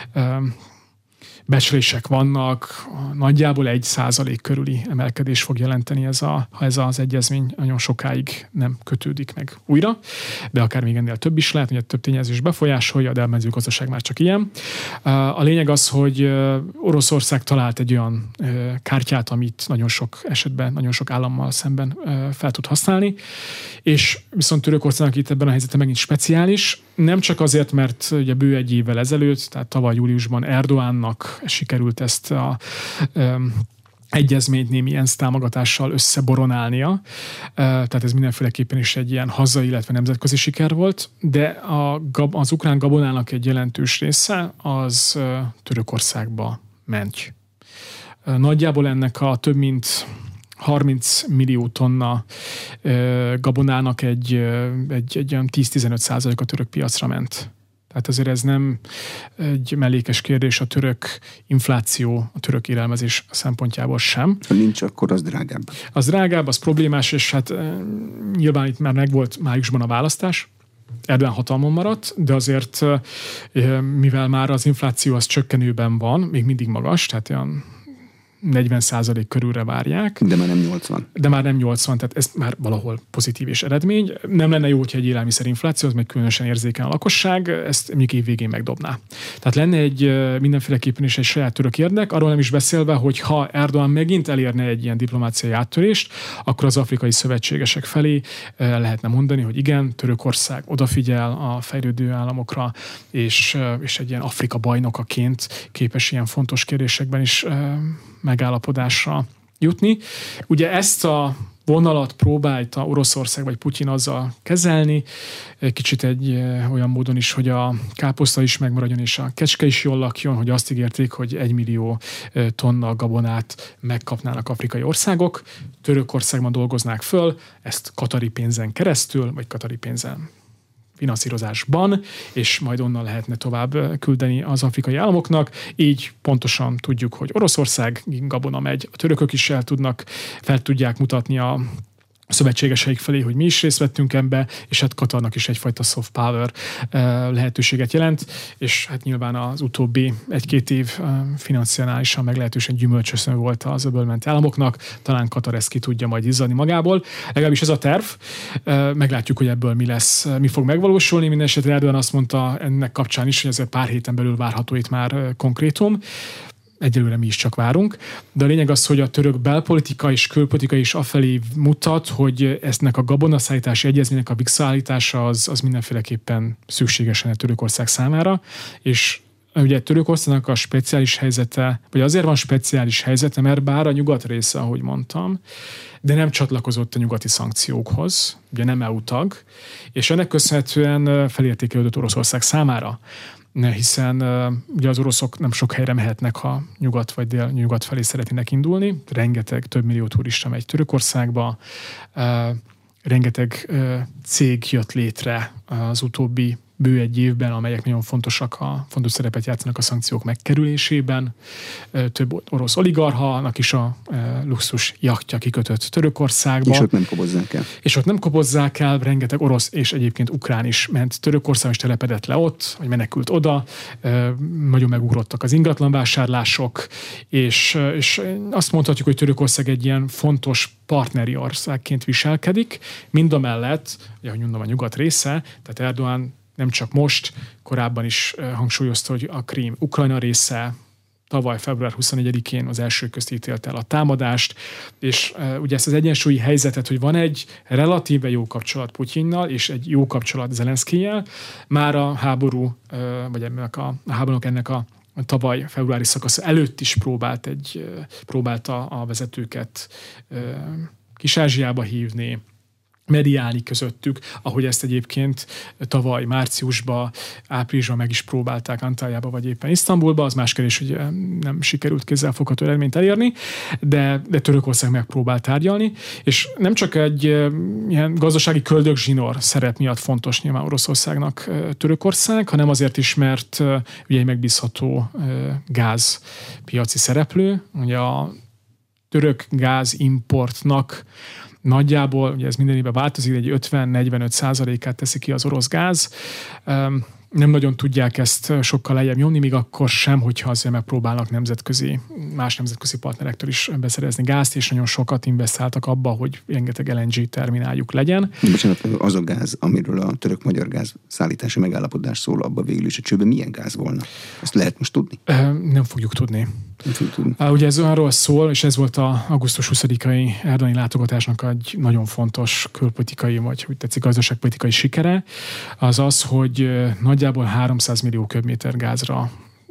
becslések vannak, nagyjából egy százalék körüli emelkedés fog jelenteni ez a, ha ez az egyezmény nagyon sokáig nem kötődik meg újra, de akár még ennél több is lehet, hogy több tényező is befolyásolja, de a mezőgazdaság már csak ilyen. A lényeg az, hogy Oroszország talált egy olyan kártyát, amit nagyon sok esetben, nagyon sok állammal szemben fel tud használni, és viszont Törökországnak itt ebben a helyzetben megint speciális, nem csak azért, mert ugye bő egy évvel ezelőtt, tehát tavaly júliusban Erdoğannak sikerült ezt a um, egyezményt némi ENSZ támogatással összeboronálnia, tehát ez mindenféleképpen is egy ilyen hazai, illetve nemzetközi siker volt, de a, az ukrán gabonának egy jelentős része az Törökországba ment. Nagyjából ennek a több mint harminc millió tonna gabonának egy, egy, egy olyan tíz-tizenöt százalék a török piacra ment. Tehát azért ez nem egy mellékes kérdés, a török infláció, a török élelmezés szempontjából sem. Ha nincs, akkor az drágább. Az drágább, az problémás, és hát nyilván itt már megvolt májusban a választás, Erdoğan hatalmon maradt, de azért mivel már az infláció az csökkenőben van, még mindig magas, tehát olyan negyven százalék körülre várják. De már nem nyolcvan. De már nem nyolcvan, tehát ez már valahol pozitív és eredmény. Nem lenne jó, hogyha egy élelmiszerinfláció, az meg különösen érzékeny a lakosság, ezt mondjuk év végén megdobná. Tehát lenne egy mindenféleképpen is egy saját török érdek, arról nem is beszélve, hogy ha Erdoğan megint elérne egy ilyen diplomáciai áttörést, akkor az afrikai szövetségesek felé lehetne mondani, hogy igen, Törökország odafigyel a fejlődő államokra, és, és egy ilyen Afrika bajnokaként képes ilyen fontos kérdésekben is megállapodásra jutni. Ugye ezt a vonalat próbálta Oroszország vagy Putyin azzal kezelni, kicsit egy olyan módon is, hogy a káposzta is megmaradjon és a kecske is jól lakjon, hogy azt ígérték, hogy egy millió tonna gabonát megkapnának afrikai országok, Törökországban dolgoznák föl, ezt katari pénzen keresztül, vagy katari pénzen finanszírozásban, és majd onnan lehetne tovább küldeni az afrikai államoknak. Így pontosan tudjuk, hogy Oroszország gabona megy, a törökök is el tudnak, fel tudják mutatni a szövetségeseik felé, hogy mi is részt vettünk ebbe, és hát Katarnak is egyfajta soft power lehetőséget jelent, és hát nyilván az utóbbi egy-két év financiálisan meglehetősen gyümölcsös volt az öbölmenti államoknak, talán Katar ezt ki tudja majd izzadni magából. Legalábbis ez a terv. Meglátjuk, hogy ebből mi lesz, mi fog megvalósulni. Minden esetre Erdoğan azt mondta ennek kapcsán is, hogy ezért pár héten belül várható itt már konkrétum. Egyelőre mi is csak várunk, de a lényeg az, hogy a török belpolitika és külpolitika is afelé mutat, hogy eznek a gabonaszállítási egyezménynek a visszaállítása az, az mindenféleképpen szükségesen a Törökország számára, és ugye Törökországnak a speciális helyzete, vagy azért van speciális helyzete, mert bár a nyugat része, ahogy mondtam, de nem csatlakozott a nyugati szankciókhoz, ugye nem é u tag, és ennek köszönhetően felértékelődött Oroszország számára, hiszen uh, ugye az oroszok nem sok helyre mehetnek, ha nyugat vagy dél nyugat felé szeretnének indulni. Rengeteg, több millió turista megy Törökországba. Uh, rengeteg uh, cég jött létre az utóbbi bő egy évben, amelyek nagyon fontosak, a fontos szerepet játszanak a szankciók megkerülésében. Több orosz oligarchának is a luxus jachtja kikötött Törökországba. És ott nem kobozzák el. És ott nem kobozzák el, rengeteg orosz és egyébként ukrán is ment Törökország, és telepedett le ott, vagy menekült oda. Nagyon megugrottak az ingatlanvásárlások, és, és azt mondhatjuk, hogy Törökország egy ilyen fontos partneri országként viselkedik, mindamellett, ahogy mondom, a nyugat része, tehát Erdoğan nem csak most, korábban is hangsúlyozta, hogy a Krím Ukrajna része, tavaly február huszonegyedikén az első közt ítélte el a támadást, és uh, ugye ezt az egyensúlyi helyzetet, hogy van egy relatíve jó kapcsolat Putyinnal, és egy jó kapcsolat Zelenszkijjel, már a háború, uh, vagy ennek a, a háborúnak ennek a a tavaly februári szakasz előtt is próbált egy, próbálta a vezetőket Kis-Ázsiába hívni, mediálni közöttük, ahogy ezt egyébként tavaly márciusban, áprilisban meg is próbálták Antaljába, vagy éppen Isztambulba, az más kérdés, hogy nem sikerült kézzelfogható eredményt elérni, de, de Törökország megpróbált tárgyalni, és nem csak egy ilyen gazdasági köldögzsinór szerep miatt fontos nyilván Oroszországnak Törökország, hanem azért is, mert ugye egy megbízható gázpiaci szereplő, ugye a török gázimportnak nagyjából, ugye ez minden évben változik, egy ötven-negyvenöt százalékát teszi ki az orosz gáz. Nem nagyon tudják ezt sokkal lejjebb nyomni, még akkor sem, hogyha azért megpróbálnak nemzetközi, más nemzetközi partnerektől is beszerezni gázt, és nagyon sokat investáltak abba, hogy rengeteg el en gé termináljuk legyen. Bocsánat, az a gáz, amiről a török-magyar gáz szállítási megállapodás szól, abba végül is a csőben milyen gáz volna? Ezt lehet most tudni? Nem fogjuk tudni. Nem fogjuk tudni. Ugye ez arról szól, és ez volt a augusztus huszadikai erdélyi látogatásnak egy nagyon fontos külpolitikai, vagy úgy tetszik, gazdaságpolitikai sikere, az az, hogy nagyjából háromszáz millió köbméter gázra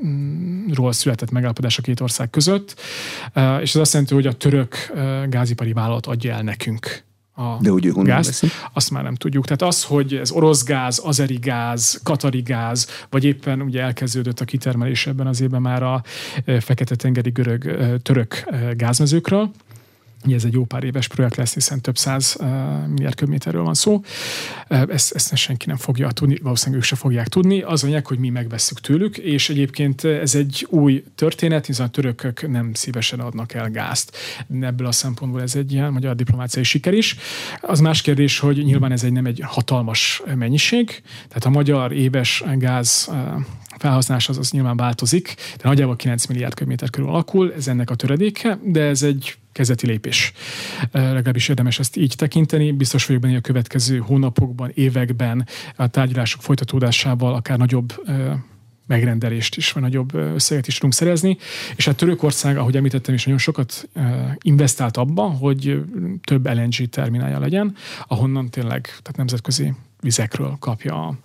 ról született megállapodás a két ország között, és ez azt jelenti, hogy a török gázipari vállalat adja el nekünk a De hogy ő honnan gázt, veszi? azt már nem tudjuk. Tehát az, hogy ez orosz gáz, azeri gáz, katari gáz, vagy éppen ugye elkezdődött a kitermelés ebben az évben már a fekete-tengeri görög török gázmezőkről. Ugye ez egy jó pár éves projekt lesz, hiszen több száz uh, milliárd köbméterről van szó. Uh, ezt, ezt senki nem fogja tudni, valószínűleg ők se fogják tudni. Az anyag, hogy mi megvesszük tőlük, és egyébként ez egy új történet, hiszen a törökök nem szívesen adnak el gázt. Ebből a szempontból ez egy ilyen magyar diplomáciai siker is. Az más kérdés, hogy nyilván ez egy nem egy hatalmas mennyiség, tehát a magyar éves gáz uh, felhasználás az, az nyilván változik, de nagyjából kilenc milliárd köbméter körül alakul, ez ennek a töredéke, de ez egy kezdeti lépés. Legalábbis érdemes ezt így tekinteni. Biztos vagyok benne, hogy a következő hónapokban, években a tárgyalások folytatódásával akár nagyobb megrendelést is, vagy nagyobb összeget is tudunk szerezni. És hát Törökország, ahogy említettem is, nagyon sokat investált abban, hogy több el en gé terminálja legyen, ahonnan tényleg, tehát nemzetközi vizekről kapja a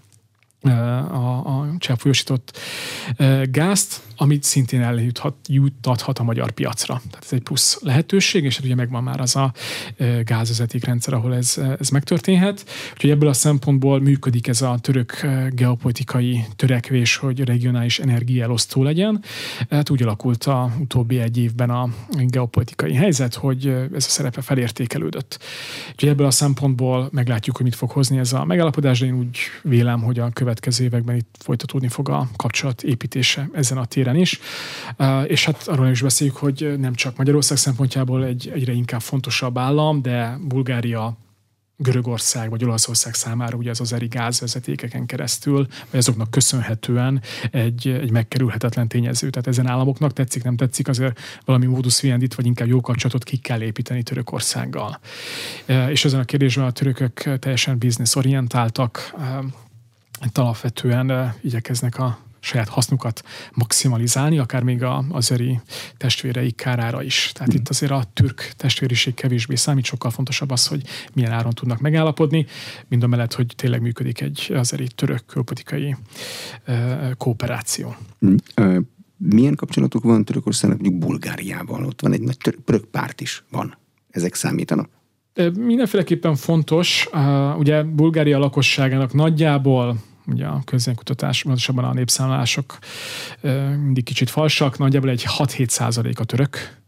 a, a cseppfolyósított gázt, amit szintén eljuttathat a magyar piacra. Tehát ez egy plusz lehetőség, és ugye megvan már az a gázvezetékrendszer, ahol ez, ez megtörténhet. Úgyhogy ebből a szempontból működik ez a török geopolitikai törekvés, hogy regionális energiaelosztó legyen. Hát úgy alakult a utóbbi egy évben a geopolitikai helyzet, hogy ez a szerepe felértékelődött. Úgyhogy ebből a szempontból meglátjuk, hogy mit fog hozni ez a megállapodás, de én úgy vélem, hogy a következő években itt folytatódni fog a kapcsolat építése ezen a téren is. Uh, és hát arról is beszéljük, hogy nem csak Magyarország szempontjából egy egyre inkább fontosabb állam, de Bulgária, Görögország vagy Olaszország számára ugye az azeri gázvezetékeken keresztül, vagy azoknak köszönhetően egy, egy megkerülhetetlen tényező. Tehát ezen államoknak tetszik, nem tetszik, azért valami modus vivendi vagy inkább jó kapcsolatot ki kell építeni Törökországgal. Uh, és ezen a kérdésben a törökök teljesen bizniszorientáltak, uh, alapvetően uh, igyekeznek a saját hasznukat maximalizálni, akár még a azeri testvéreik kárára is. Tehát mm. itt azért a türk testvériség kevésbé számít, sokkal fontosabb az, hogy milyen áron tudnak megállapodni, mindamellett, hogy tényleg működik egy azeri török külpolitikai uh, kooperáció. Mm. Uh, milyen kapcsolatok van Törökországnak mondjuk Bulgáriával? Ott van egy nagy török párt is, van. Ezek számítanak? Mindenféleképpen fontos. Uh, ugye Bulgária lakosságának nagyjából ugye a közvéleménykutatás, pontosabban a népszámlálások uh, mindig kicsit falsak, nagyjából egy hat-hét százalék a török.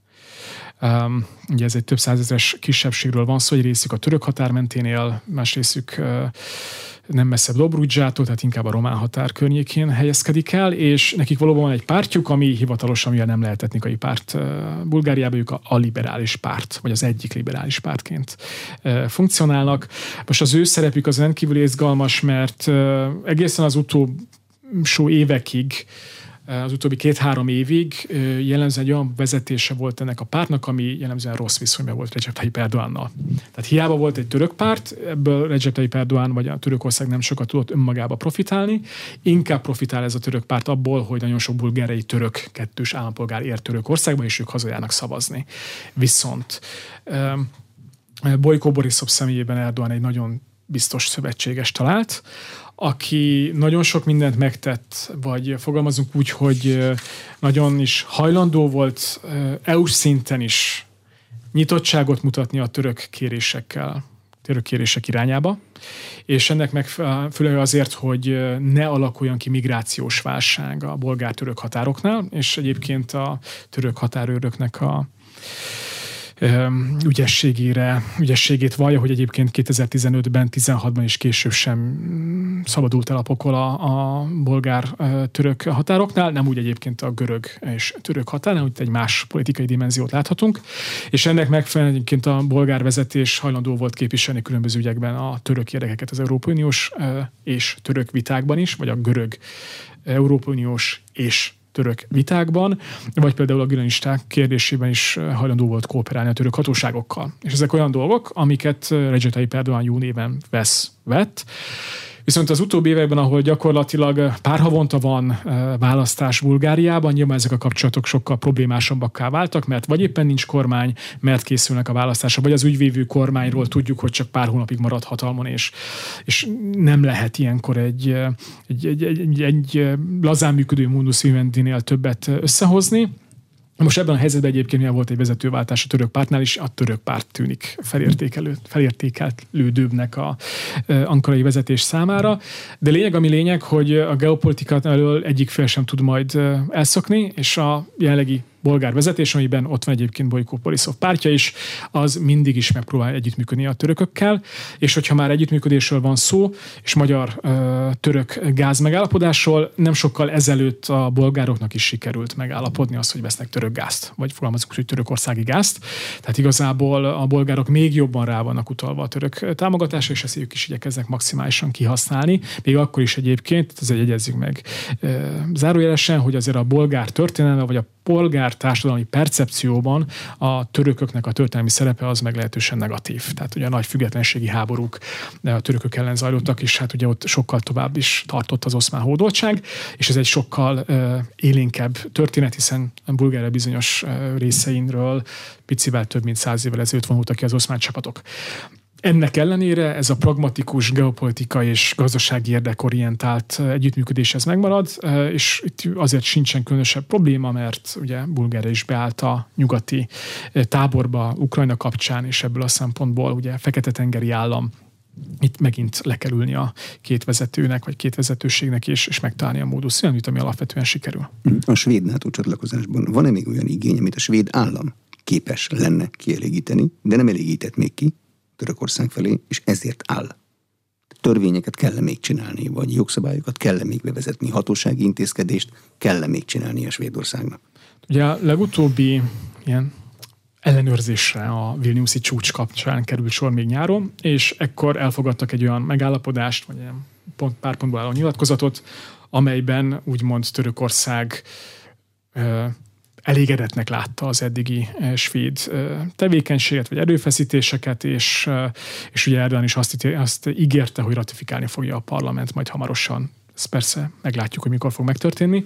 Um, ugye ez egy több százezres kisebbségről van szó, egy részük a török határ mentén él, más részük uh, nem messzebb Dobrudzsától, tehát inkább a román határ környékén helyezkedik el, és nekik valóban van egy pártjuk, ami hivatalosan mivel nem lehet etnikai párt Bulgáriában, ők a, a liberális párt, vagy az egyik liberális pártként funkcionálnak. Most az ő szerepük az rendkívül izgalmas, mert egészen az utolsó évekig, az utóbbi két-három évig jellemzően egy olyan vezetése volt ennek a pártnak, ami jellemzően rossz viszonyban volt Recep Tayyip Erdoğannal. Tehát hiába volt egy török párt, ebből Recep Tayyip Erdoğan vagy a Törökország nem sokat tudott önmagába profitálni, inkább profitál ez a török párt abból, hogy nagyon sok bulgáriai török kettős állampolgár ér Törökországba, és ők hazajárnak szavazni. Viszont Bojko Borisov személyében Erdoğan egy nagyon biztos szövetséges talált, aki nagyon sok mindent megtett, vagy fogalmazunk úgy, hogy nagyon is hajlandó volt é u-s szinten is nyitottságot mutatni a török kérésekkel, török kérések irányába, és ennek meg főleg azért, hogy ne alakuljon ki migrációs válság a bolgár-török határoknál, és egyébként a török határőröknek a ügyességére, ügyességét vallja, hogy egyébként kétezer-tizenötben, tizenhatban és később sem szabadult el a pokol a, a bolgár-török határoknál, nem úgy egyébként a görög és török határnál, úgy egy más politikai dimenziót láthatunk, és ennek megfelelően egyébként a bolgár vezetés hajlandó volt képviselni különböző ügyekben a török érdekeket az Európai Uniós és török vitákban is, vagy a görög Európai Uniós és török vitákban, vagy például a gülenisták kérdésében is hajlandó volt kooperálni a török hatóságokkal. És ezek olyan dolgok, amiket Recep Tayyip Erdoğan jó néven vesz, vett. Viszont az utóbbi években, ahol gyakorlatilag pár havonta van választás Bulgáriában, nyilván ezek a kapcsolatok sokkal problémásabbakká váltak, mert vagy éppen nincs kormány, mert készülnek a választások, vagy az ügyvívő kormányról tudjuk, hogy csak pár hónapig marad hatalmon, és, és nem lehet ilyenkor egy, egy, egy, egy, egy lazán működő modus vivendinél többet összehozni. Most ebben a helyzetben egyébként mivel volt egy vezetőváltás a török pártnál is, a török párt tűnik felértékelő, felértékelődőbbnek a ankarai vezetés számára. De lényeg, ami lényeg, hogy a geopolitikát elől egyik fél sem tud majd elszokni, és a jelenlegi bolgár vezetés, amiben ott van egyébként Bojko Borisov pártja is, az mindig is megpróbál együttműködni a törökökkel, és hogyha már együttműködésről van szó, és magyar-török gáz megállapodásról, nem sokkal ezelőtt a bolgároknak is sikerült megállapodni azt, hogy vesznek török gázt, vagy fogalmazunk, hogy törökországi gázt. Tehát igazából a bolgárok még jobban rá vannak utalva a török támogatásra, és ezt ők is igyekeznek maximálisan kihasználni. Még akkor is egyébként, ezért jegyezzük meg zárójelesen, hogy azért a bolgár történelme, vagy a polgár társadalmi percepcióban a törököknek a történelmi szerepe az meglehetősen negatív. Tehát ugye a nagy függetlenségi háborúk a törökök ellen zajlottak, és hát ugye ott sokkal tovább is tartott az oszmán hódoltság, és ez egy sokkal uh, élénkebb történet, hiszen a Bulgária bizonyos uh, részeinről picivel több mint száz évvel ezelőtt vonultak ki az oszmán csapatok. Ennek ellenére ez a pragmatikus geopolitikai és gazdasági érdekorientált együttműködés ez megmarad, és itt azért sincsen különösebb probléma, mert ugye Bulgária is beállt a nyugati táborba Ukrajna kapcsán, és ebből a szempontból ugye Fekete-tengeri állam. Itt megint le kell ülni a két vezetőnek, vagy két vezetőségnek, és, és megtalálni a módus, amit ami alapvetően sikerül. A svéd NATO csatlakozásban van-e még olyan igény, amit a svéd állam képes lenne kielégíteni, de nem elégített még ki Törökország felé, és ezért áll? Törvényeket kell még csinálni, vagy jogszabályokat kell még bevezetni, hatósági intézkedést kell még csinálni a Svédországnak? Ugye a legutóbbi ilyen ellenőrzésre a vilniuszi csúcs kapcsán került sor még nyáron, és ekkor elfogadtak egy olyan megállapodást, vagy ilyen pont, pár pontból álló nyilatkozatot, amelyben úgymond Törökország ö, elégedetnek látta az eddigi svéd tevékenységet, vagy erőfeszítéseket, és, és ugye Erdoğan is azt, azt ígérte, hogy ratifikálni fogja a parlament majd hamarosan. Ezt persze meglátjuk, hogy mikor fog megtörténni.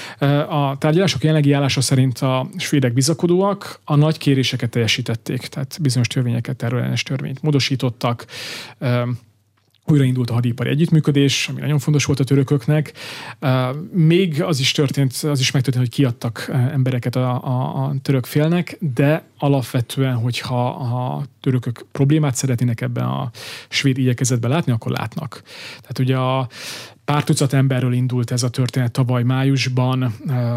A tárgyalások jelenlegi állása szerint a svédek bizakodóak, a nagy kéréseket teljesítették, tehát bizonyos törvényeket, terrorellenes törvényt módosítottak, újraindult a hadipari együttműködés, ami nagyon fontos volt a törököknek. Még az is történt, az is megtörtént, hogy kiadtak embereket a, a, a török félnek, de alapvetően, hogyha a törökök problémát szeretnének ebben a svéd igyekezetben látni, akkor látnak. Tehát ugye a pár tucat emberről indult ez a történet tavaly májusban,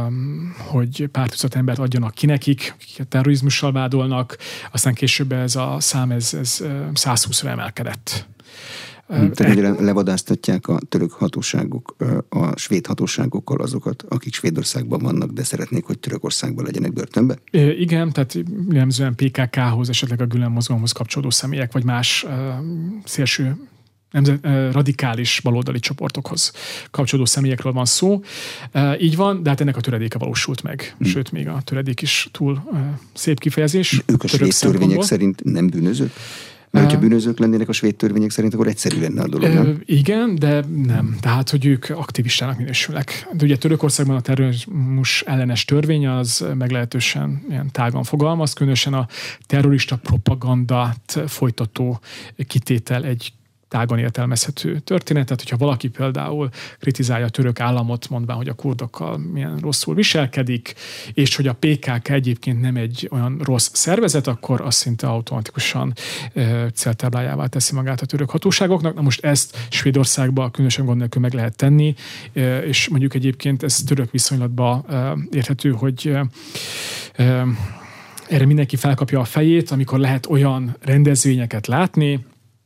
hogy pár tucat embert adjanak ki nekik, akiket terrorizmussal vádolnak, aztán később ez a szám ez, ez százhúszra emelkedett. Tehát, hogy levadáztatják a török hatóságok a svéd hatóságokkal azokat, akik Svédországban vannak, de szeretnék, hogy Törökországban legyenek börtönben? Igen, tehát jellemzően pé ká kához, esetleg a Gülen mozgalomhoz kapcsolódó személyek, vagy más uh, szélső nemzet, uh, radikális baloldali csoportokhoz kapcsolódó személyekről van szó. Uh, így van, de hát ennek a töredéke valósult meg. Hmm. Sőt, még a töredék is túl uh, szép kifejezés. Ők a svéd törvények szerint nem bűnözők? Mert ha bűnözők lennének a svéd törvények szerint, akkor egyszerű lenne a dolog, nem? Igen, de nem. Tehát, hogy ők aktivistának minősülnek. De ugye Törökországban a terrorizmus ellenes törvény az meglehetősen ilyen tágan fogalmaz, különösen a terrorista propagandát folytató kitétel egy tágan értelmezhető történet. Tehát, hogyha valaki például kritizálja a török államot, mondván, hogy a kurdokkal milyen rosszul viselkedik, és hogy a pé ká ká egyébként nem egy olyan rossz szervezet, akkor azt szinte automatikusan e, céltáblájává teszi magát a török hatóságoknak. Na most ezt Svédországban különösen gond nélkül meg lehet tenni, e, és mondjuk egyébként ez török viszonylatban e, érthető, hogy e, e, erre mindenki felkapja a fejét, amikor lehet olyan rendezvényeket látni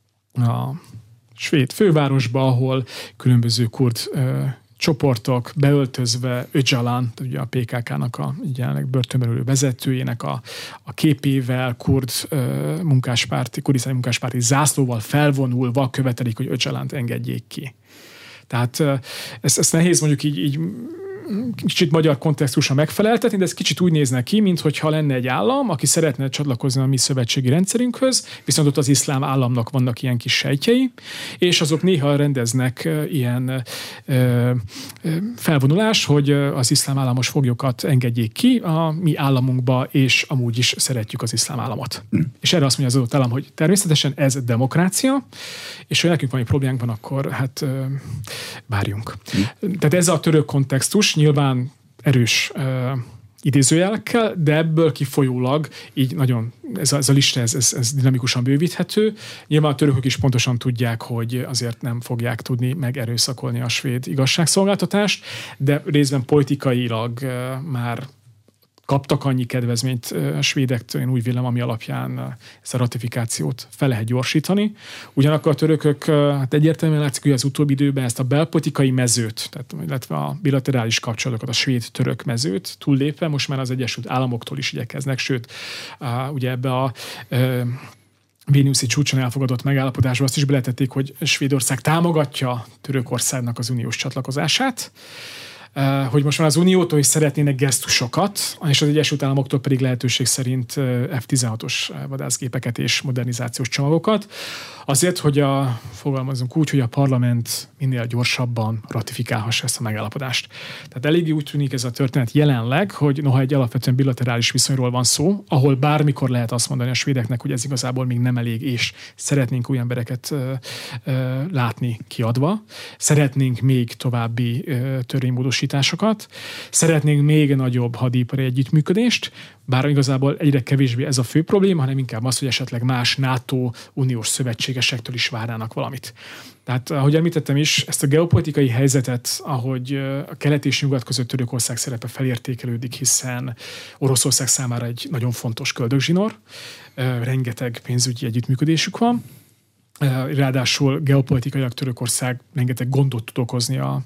a svéd fővárosba, ahol különböző kurd ö, csoportok beöltözve Öcalan, ugye a pé ká ká-nak a jelenleg börtönben ülő vezetőjének a, a képével, kurd ö, munkáspárti, kurdisztáni munkáspárti zászlóval felvonulva követelik, hogy Öcalant engedjék ki. Tehát ö, ezt, ezt nehéz mondjuk így, így kicsit magyar kontextusra megfeleltetni, de ez kicsit úgy nézne ki, mintha lenne egy állam, aki szeretne csatlakozni a mi szövetségi rendszerünkhöz, viszont ott az iszlám államnak vannak ilyen kis sejtjei, és azok néha rendeznek ilyen ö, ö, felvonulás, hogy az iszlám államos foglyokat engedjék ki a mi államunkba, és amúgy is szeretjük az iszlám államot. Mm. És erre azt mondja az adott állam, hogy természetesen ez demokrácia, és ha nekünk valami problémánk van, akkor hát ö, várjunk. Mm. Tehát ez a török kontextus, nyilván erős uh, idézőjelekkel, de ebből kifolyólag így nagyon, ez a, ez a lista ez, ez, ez dinamikusan bővíthető. Nyilván a törökök is pontosan tudják, hogy azért nem fogják tudni megerőszakolni a svéd igazságszolgáltatást, de részben politikailag uh, már kaptak annyi kedvezményt a svédektől, én úgy vélem, ami alapján ezt a ratifikációt fel lehet gyorsítani. Ugyanakkor a törökök hát egyértelműen látszik, hogy az utóbbi időben ezt a belpolitikai mezőt, tehát, illetve a bilaterális kapcsolatokat, a svéd-török mezőt túllépve, most már az Egyesült Államoktól is igyekeznek, sőt, ugye ebbe a Vilniuszi csúcson elfogadott megállapodásba azt is beletették, hogy Svédország támogatja Törökországnak az uniós csatlakozását, hogy most már az Uniótól is szeretnének gesztusokat, és az Egyesült Államoktól pedig lehetőség szerint ef tizenhatos vadászgépeket és modernizációs csomagokat. Azért, hogy a, fogalmazunk úgy, hogy a parlament minél gyorsabban ratifikálhassa ezt a megállapodást. Tehát eléggé úgy tűnik ez a történet jelenleg, hogy noha egy alapvetően bilaterális viszonyról van szó, ahol bármikor lehet azt mondani a svédeknek, hogy ez igazából még nem elég, és szeretnénk új embereket ö, ö, látni kiadva, szeretnénk még további ö, törvénymódosításokat, szeretnénk még nagyobb hadipari együttműködést, bár igazából egyre kevésbé ez a fő probléma, hanem inkább az, hogy esetleg más NATO uniós szövetségesektől is várnának valamit. Tehát, ahogy említettem is, ezt a geopolitikai helyzetet, ahogy a kelet és nyugat között Törökország szerepe felértékelődik, hiszen Oroszország számára egy nagyon fontos köldögzsinór, rengeteg pénzügyi együttműködésük van, ráadásul geopolitikailag Törökország rengeteg gondot tud okozni a,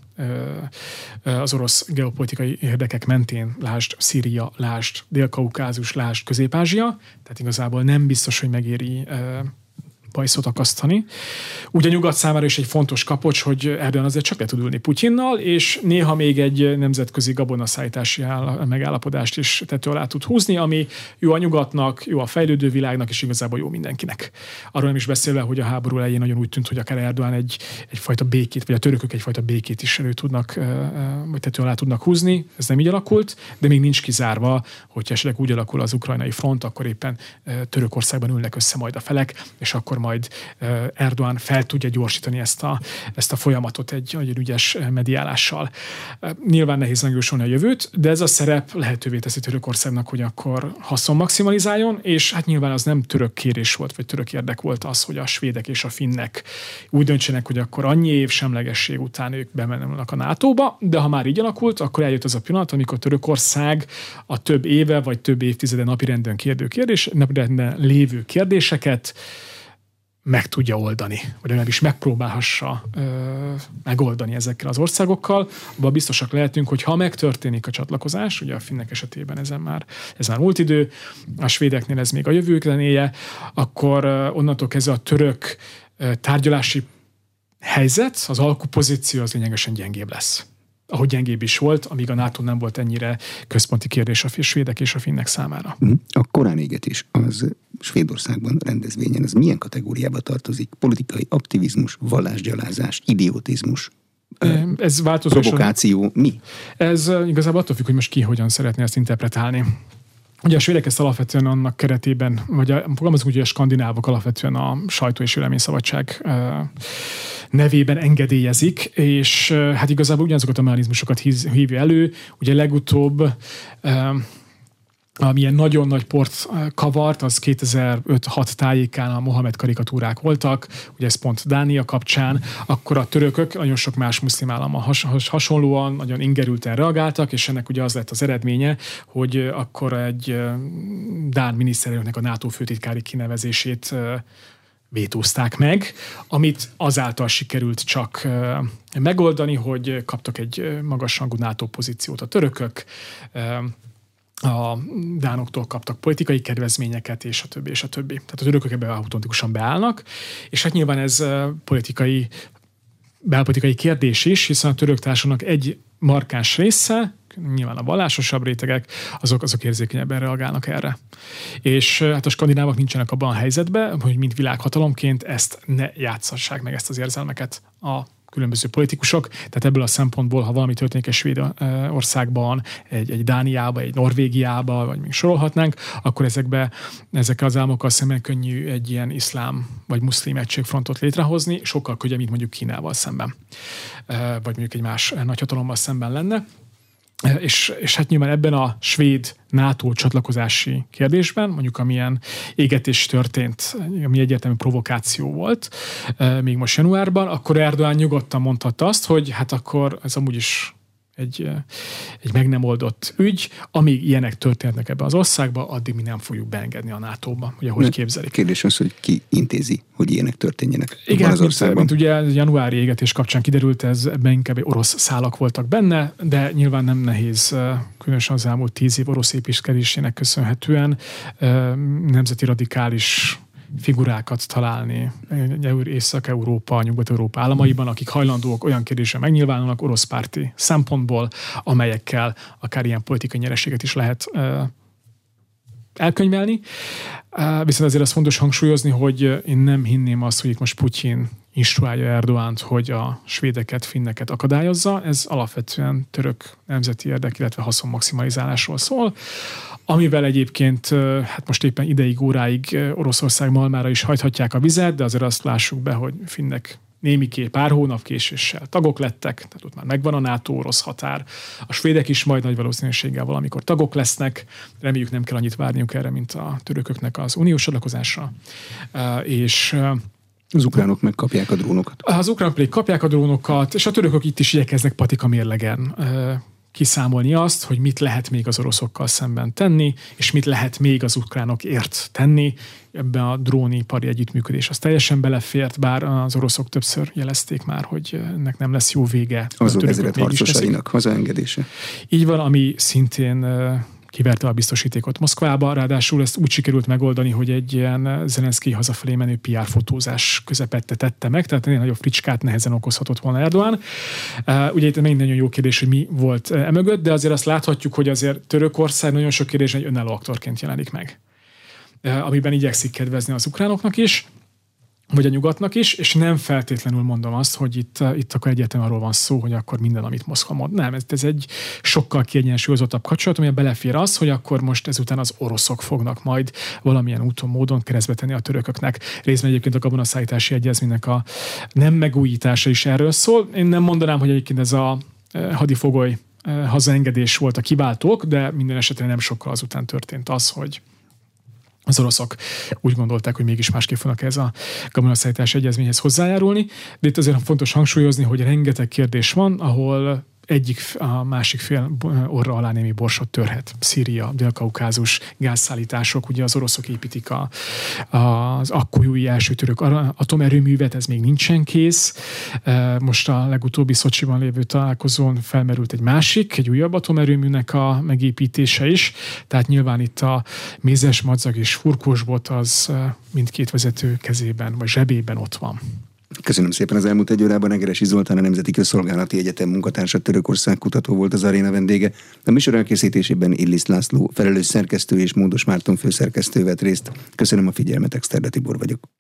az orosz geopolitikai érdekek mentén, lásd Szíria, lásd Dél-Kaukázus, lásd Közép-Ázsia, tehát igazából nem biztos, hogy megéri bajszot akasztani. Ugye nyugat számára is egy fontos kapocs, hogy Erdogan azért csak le tud ülni Putyinnal, és néha még egy nemzetközi gabonaszállítási megállapodást is tető alá tud húzni, ami jó a nyugatnak, jó a fejlődő világnak, és igazából jó mindenkinek. Arról nem is beszélve, hogy a háború elején nagyon úgy tűnt, hogy akár Erdogan egy, egyfajta békét, vagy a törökök egyfajta békét is elő tudnak, vagy tető alá tudnak húzni. Ez nem így alakult, de még nincs kizárva, hogyha esetleg úgy alakul az ukrajnai front, akkor éppen Törökországban ülnek össze majd a felek, és akkor majd Erdogan fel tudja gyorsítani ezt a, ezt a folyamatot egy nagyon ügyes mediálással. Nyilván nehéz megjósolni a jövőt, de ez a szerep lehetővé teszi Törökországnak, hogy akkor haszon maximalizáljon, és hát nyilván az nem török kérés volt, vagy török érdek volt az, hogy a svédek és a finnek úgy döntsenek, hogy akkor annyi év semlegesség után ők bemennek a nátóba, de ha már így alakult, akkor eljött az a pillanat, amikor Törökország a több éve, vagy több évtizede napirenden kérdő kérdés, napirenden lévő kérdéseket meg tudja oldani, vagy legalábbis megpróbálhassa ö, megoldani ezekkel az országokkal. Abban biztosak lehetünk, hogy ha megtörténik a csatlakozás, ugye a finnek esetében ezen már, ez már múlt idő, a svédeknél ez még a jövők zenéje, akkor ö, onnantól kezdve a török ö, tárgyalási helyzet, az alkupozíció az lényegesen gyengébb lesz. Ahogy gyengébb is volt, amíg a NATO nem volt ennyire központi kérdés a svédek és a finnek számára. A koránégetés az Svédországban rendezvényen, az milyen kategóriába tartozik? Politikai aktivizmus, vallásgyalázás, idiotizmus, ez változáson, provokáció, mi? Ez igazából attól függ, hogy most ki hogyan szeretné ezt interpretálni. Ugye a svédek ezt alapvetően annak keretében, vagy a, fogalmazunk úgy, hogy a skandinávok alapvetően a sajtó és véleményszabadság nevében engedélyezik, és hát igazából ugyanazokat a mechanizmusokat hívja elő. Ugye legutóbb amilyen nagyon nagy port kavart, az kétezer-öt-hat tájékán a Mohamed karikatúrák voltak, ugye ez pont Dánia kapcsán, akkor a törökök nagyon sok más muszlim állammal has, has, hasonlóan, nagyon ingerülten reagáltak, és ennek ugye az lett az eredménye, hogy akkor egy dán miniszterelnöknek a NATO főtitkári kinevezését vétózták meg, amit azáltal sikerült csak megoldani, hogy kaptak egy magasrangú NATO pozíciót a törökök, a dánoktól kaptak politikai kedvezményeket, és a többi, és a többi. Tehát a törökök ebben automatikusan beállnak, és hát nyilván ez politikai, belpolitikai kérdés is, hiszen a török társadalomnak egy markáns része, nyilván a vallásosabb rétegek, azok, azok érzékenyebben reagálnak erre. És hát a skandinávok nincsenek abban a helyzetben, hogy mint világhatalomként ezt ne játszassák meg, ezt az érzelmeket a különböző politikusok, tehát ebből a szempontból, ha valami történik egy Svédországban, egy, egy Dániában, egy Norvégiában, vagy még sorolhatnánk, akkor ezekbe, ezekkel az államokkal szemben könnyű egy ilyen iszlám vagy muszlim egységfrontot létrehozni, sokkal könnyebb, mint mondjuk Kínával szemben, vagy mondjuk egy más nagyhatalommal szemben lenne. És, és hát nyilván ebben a svéd NATO csatlakozási kérdésben, mondjuk amilyen égetés történt, ami egyértelmű provokáció volt, még most januárban, akkor Erdoğan nyugodtan mondhatta azt, hogy hát akkor ez amúgy is egy, egy meg nem oldott ügy, amíg ilyenek történnek ebben az országban, addig mi nem fogjuk beengedni a nátóba. Ugye, hogy képzelik? Kérdés az, hogy ki intézi, hogy ilyenek történjenek. Igen, az országban. Mint, mint ugye januári égetés kapcsán kiderült, ez ebben inkább orosz szálak voltak benne, de nyilván nem nehéz, különösen az elmúlt tíz év orosz építkezésének köszönhetően nemzeti radikális figurákat találni Észak-Európa, Nyugat-Európa államaiban, akik hajlandóak olyan kérdésre megnyilvánulnak orosz párti szempontból, amelyekkel akár ilyen politikai nyereséget is lehet uh, elkönyvelni. Uh, viszont azért az fontos hangsúlyozni, hogy én nem hinném azt, hogy itt most Putyin instruálja Erdoğant, hogy a svédeket, finneket akadályozza. Ez alapvetően török nemzeti érdek, illetve haszonmaximalizálásról szól, amivel egyébként hát most éppen ideig, óráig Oroszország malmára is hajthatják a vizet, de azért azt lássuk be, hogy finnek némiké pár hónap késéssel tagok lettek, tehát ott már megvan a NATO-orosz határ. A svédek is majd nagy valószínűséggel valamikor tagok lesznek, reméljük nem kell annyit várniuk erre, mint a törököknek az uniós csatlakozásra. És az ukránok megkapják a drónokat. Az ukránok pedig kapják a drónokat, és a törökök itt is igyekeznek patika mérlegen kiszámolni azt, hogy mit lehet még az oroszokkal szemben tenni, és mit lehet még az ukránokért tenni. Ebben a drónipari együttműködés az teljesen belefért, bár az oroszok többször jelezték már, hogy ennek nem lesz jó vége. Azok ezeret harcosainak hazaengedése. Így van, ami szintén kiverte a biztosítékot Moszkvába, ráadásul ezt úgy sikerült megoldani, hogy egy ilyen Zelenszky hazafelé menő pé er fotózás közepette tette meg, tehát ennél nagyobb fricskát nehezen okozhatott volna Erdoğan. Uh, ugye itt megint nagyon jó kérdés, hogy mi volt emögött, de azért azt láthatjuk, hogy azért Törökország nagyon sok kérdésben egy önálló aktorként jelenik meg, uh, amiben igyekszik kedvezni az ukránoknak is, vagy a nyugatnak is, és nem feltétlenül mondom azt, hogy itt, itt akkor egyértelműen arról van szó, hogy akkor minden, amit Moszkva mond. Nem, ez, ez egy sokkal kiegyensúlyozottabb kapcsolat, amely belefér az, hogy akkor most ezután az oroszok fognak majd valamilyen úton, módon keresztbe tenni a törököknek. Részben egyébként a gabonaszállítási egyezménynek a nem megújítása is erről szól. Én nem mondanám, hogy egyébként ez a hadifogoly hazaengedés volt a kiváltók, de minden esetre nem sokkal azután történt az, hogy az oroszok úgy gondolták, hogy mégis másképp fognak ez a gabonaszállítási egyezményhez hozzájárulni, de itt azért fontos hangsúlyozni, hogy rengeteg kérdés van, ahol egyik, a másik fél orra alá némi borsot törhet. Szíria, Dél-Kaukázus, gázszállítások, ugye az oroszok építik a, a, az akkújúi első török atomerőművet, ez még nincsen kész. Most a legutóbbi Szocsiban lévő találkozón felmerült egy másik, egy újabb atomerőműnek a megépítése is, tehát nyilván itt a mézes madzag és furkósbot az mindkét vezető kezében vagy zsebében ott van. Köszönöm szépen. Az elmúlt egy órában Egeressy Zoltán, a Nemzeti Közszolgálati Egyetem munkatársa, Törökország kutató volt az aréna vendége. A műsor elkészítésében Illis László, felelős szerkesztő és Módos Márton főszerkesztő vett részt. Köszönöm a figyelmet, Exterde Tibor vagyok.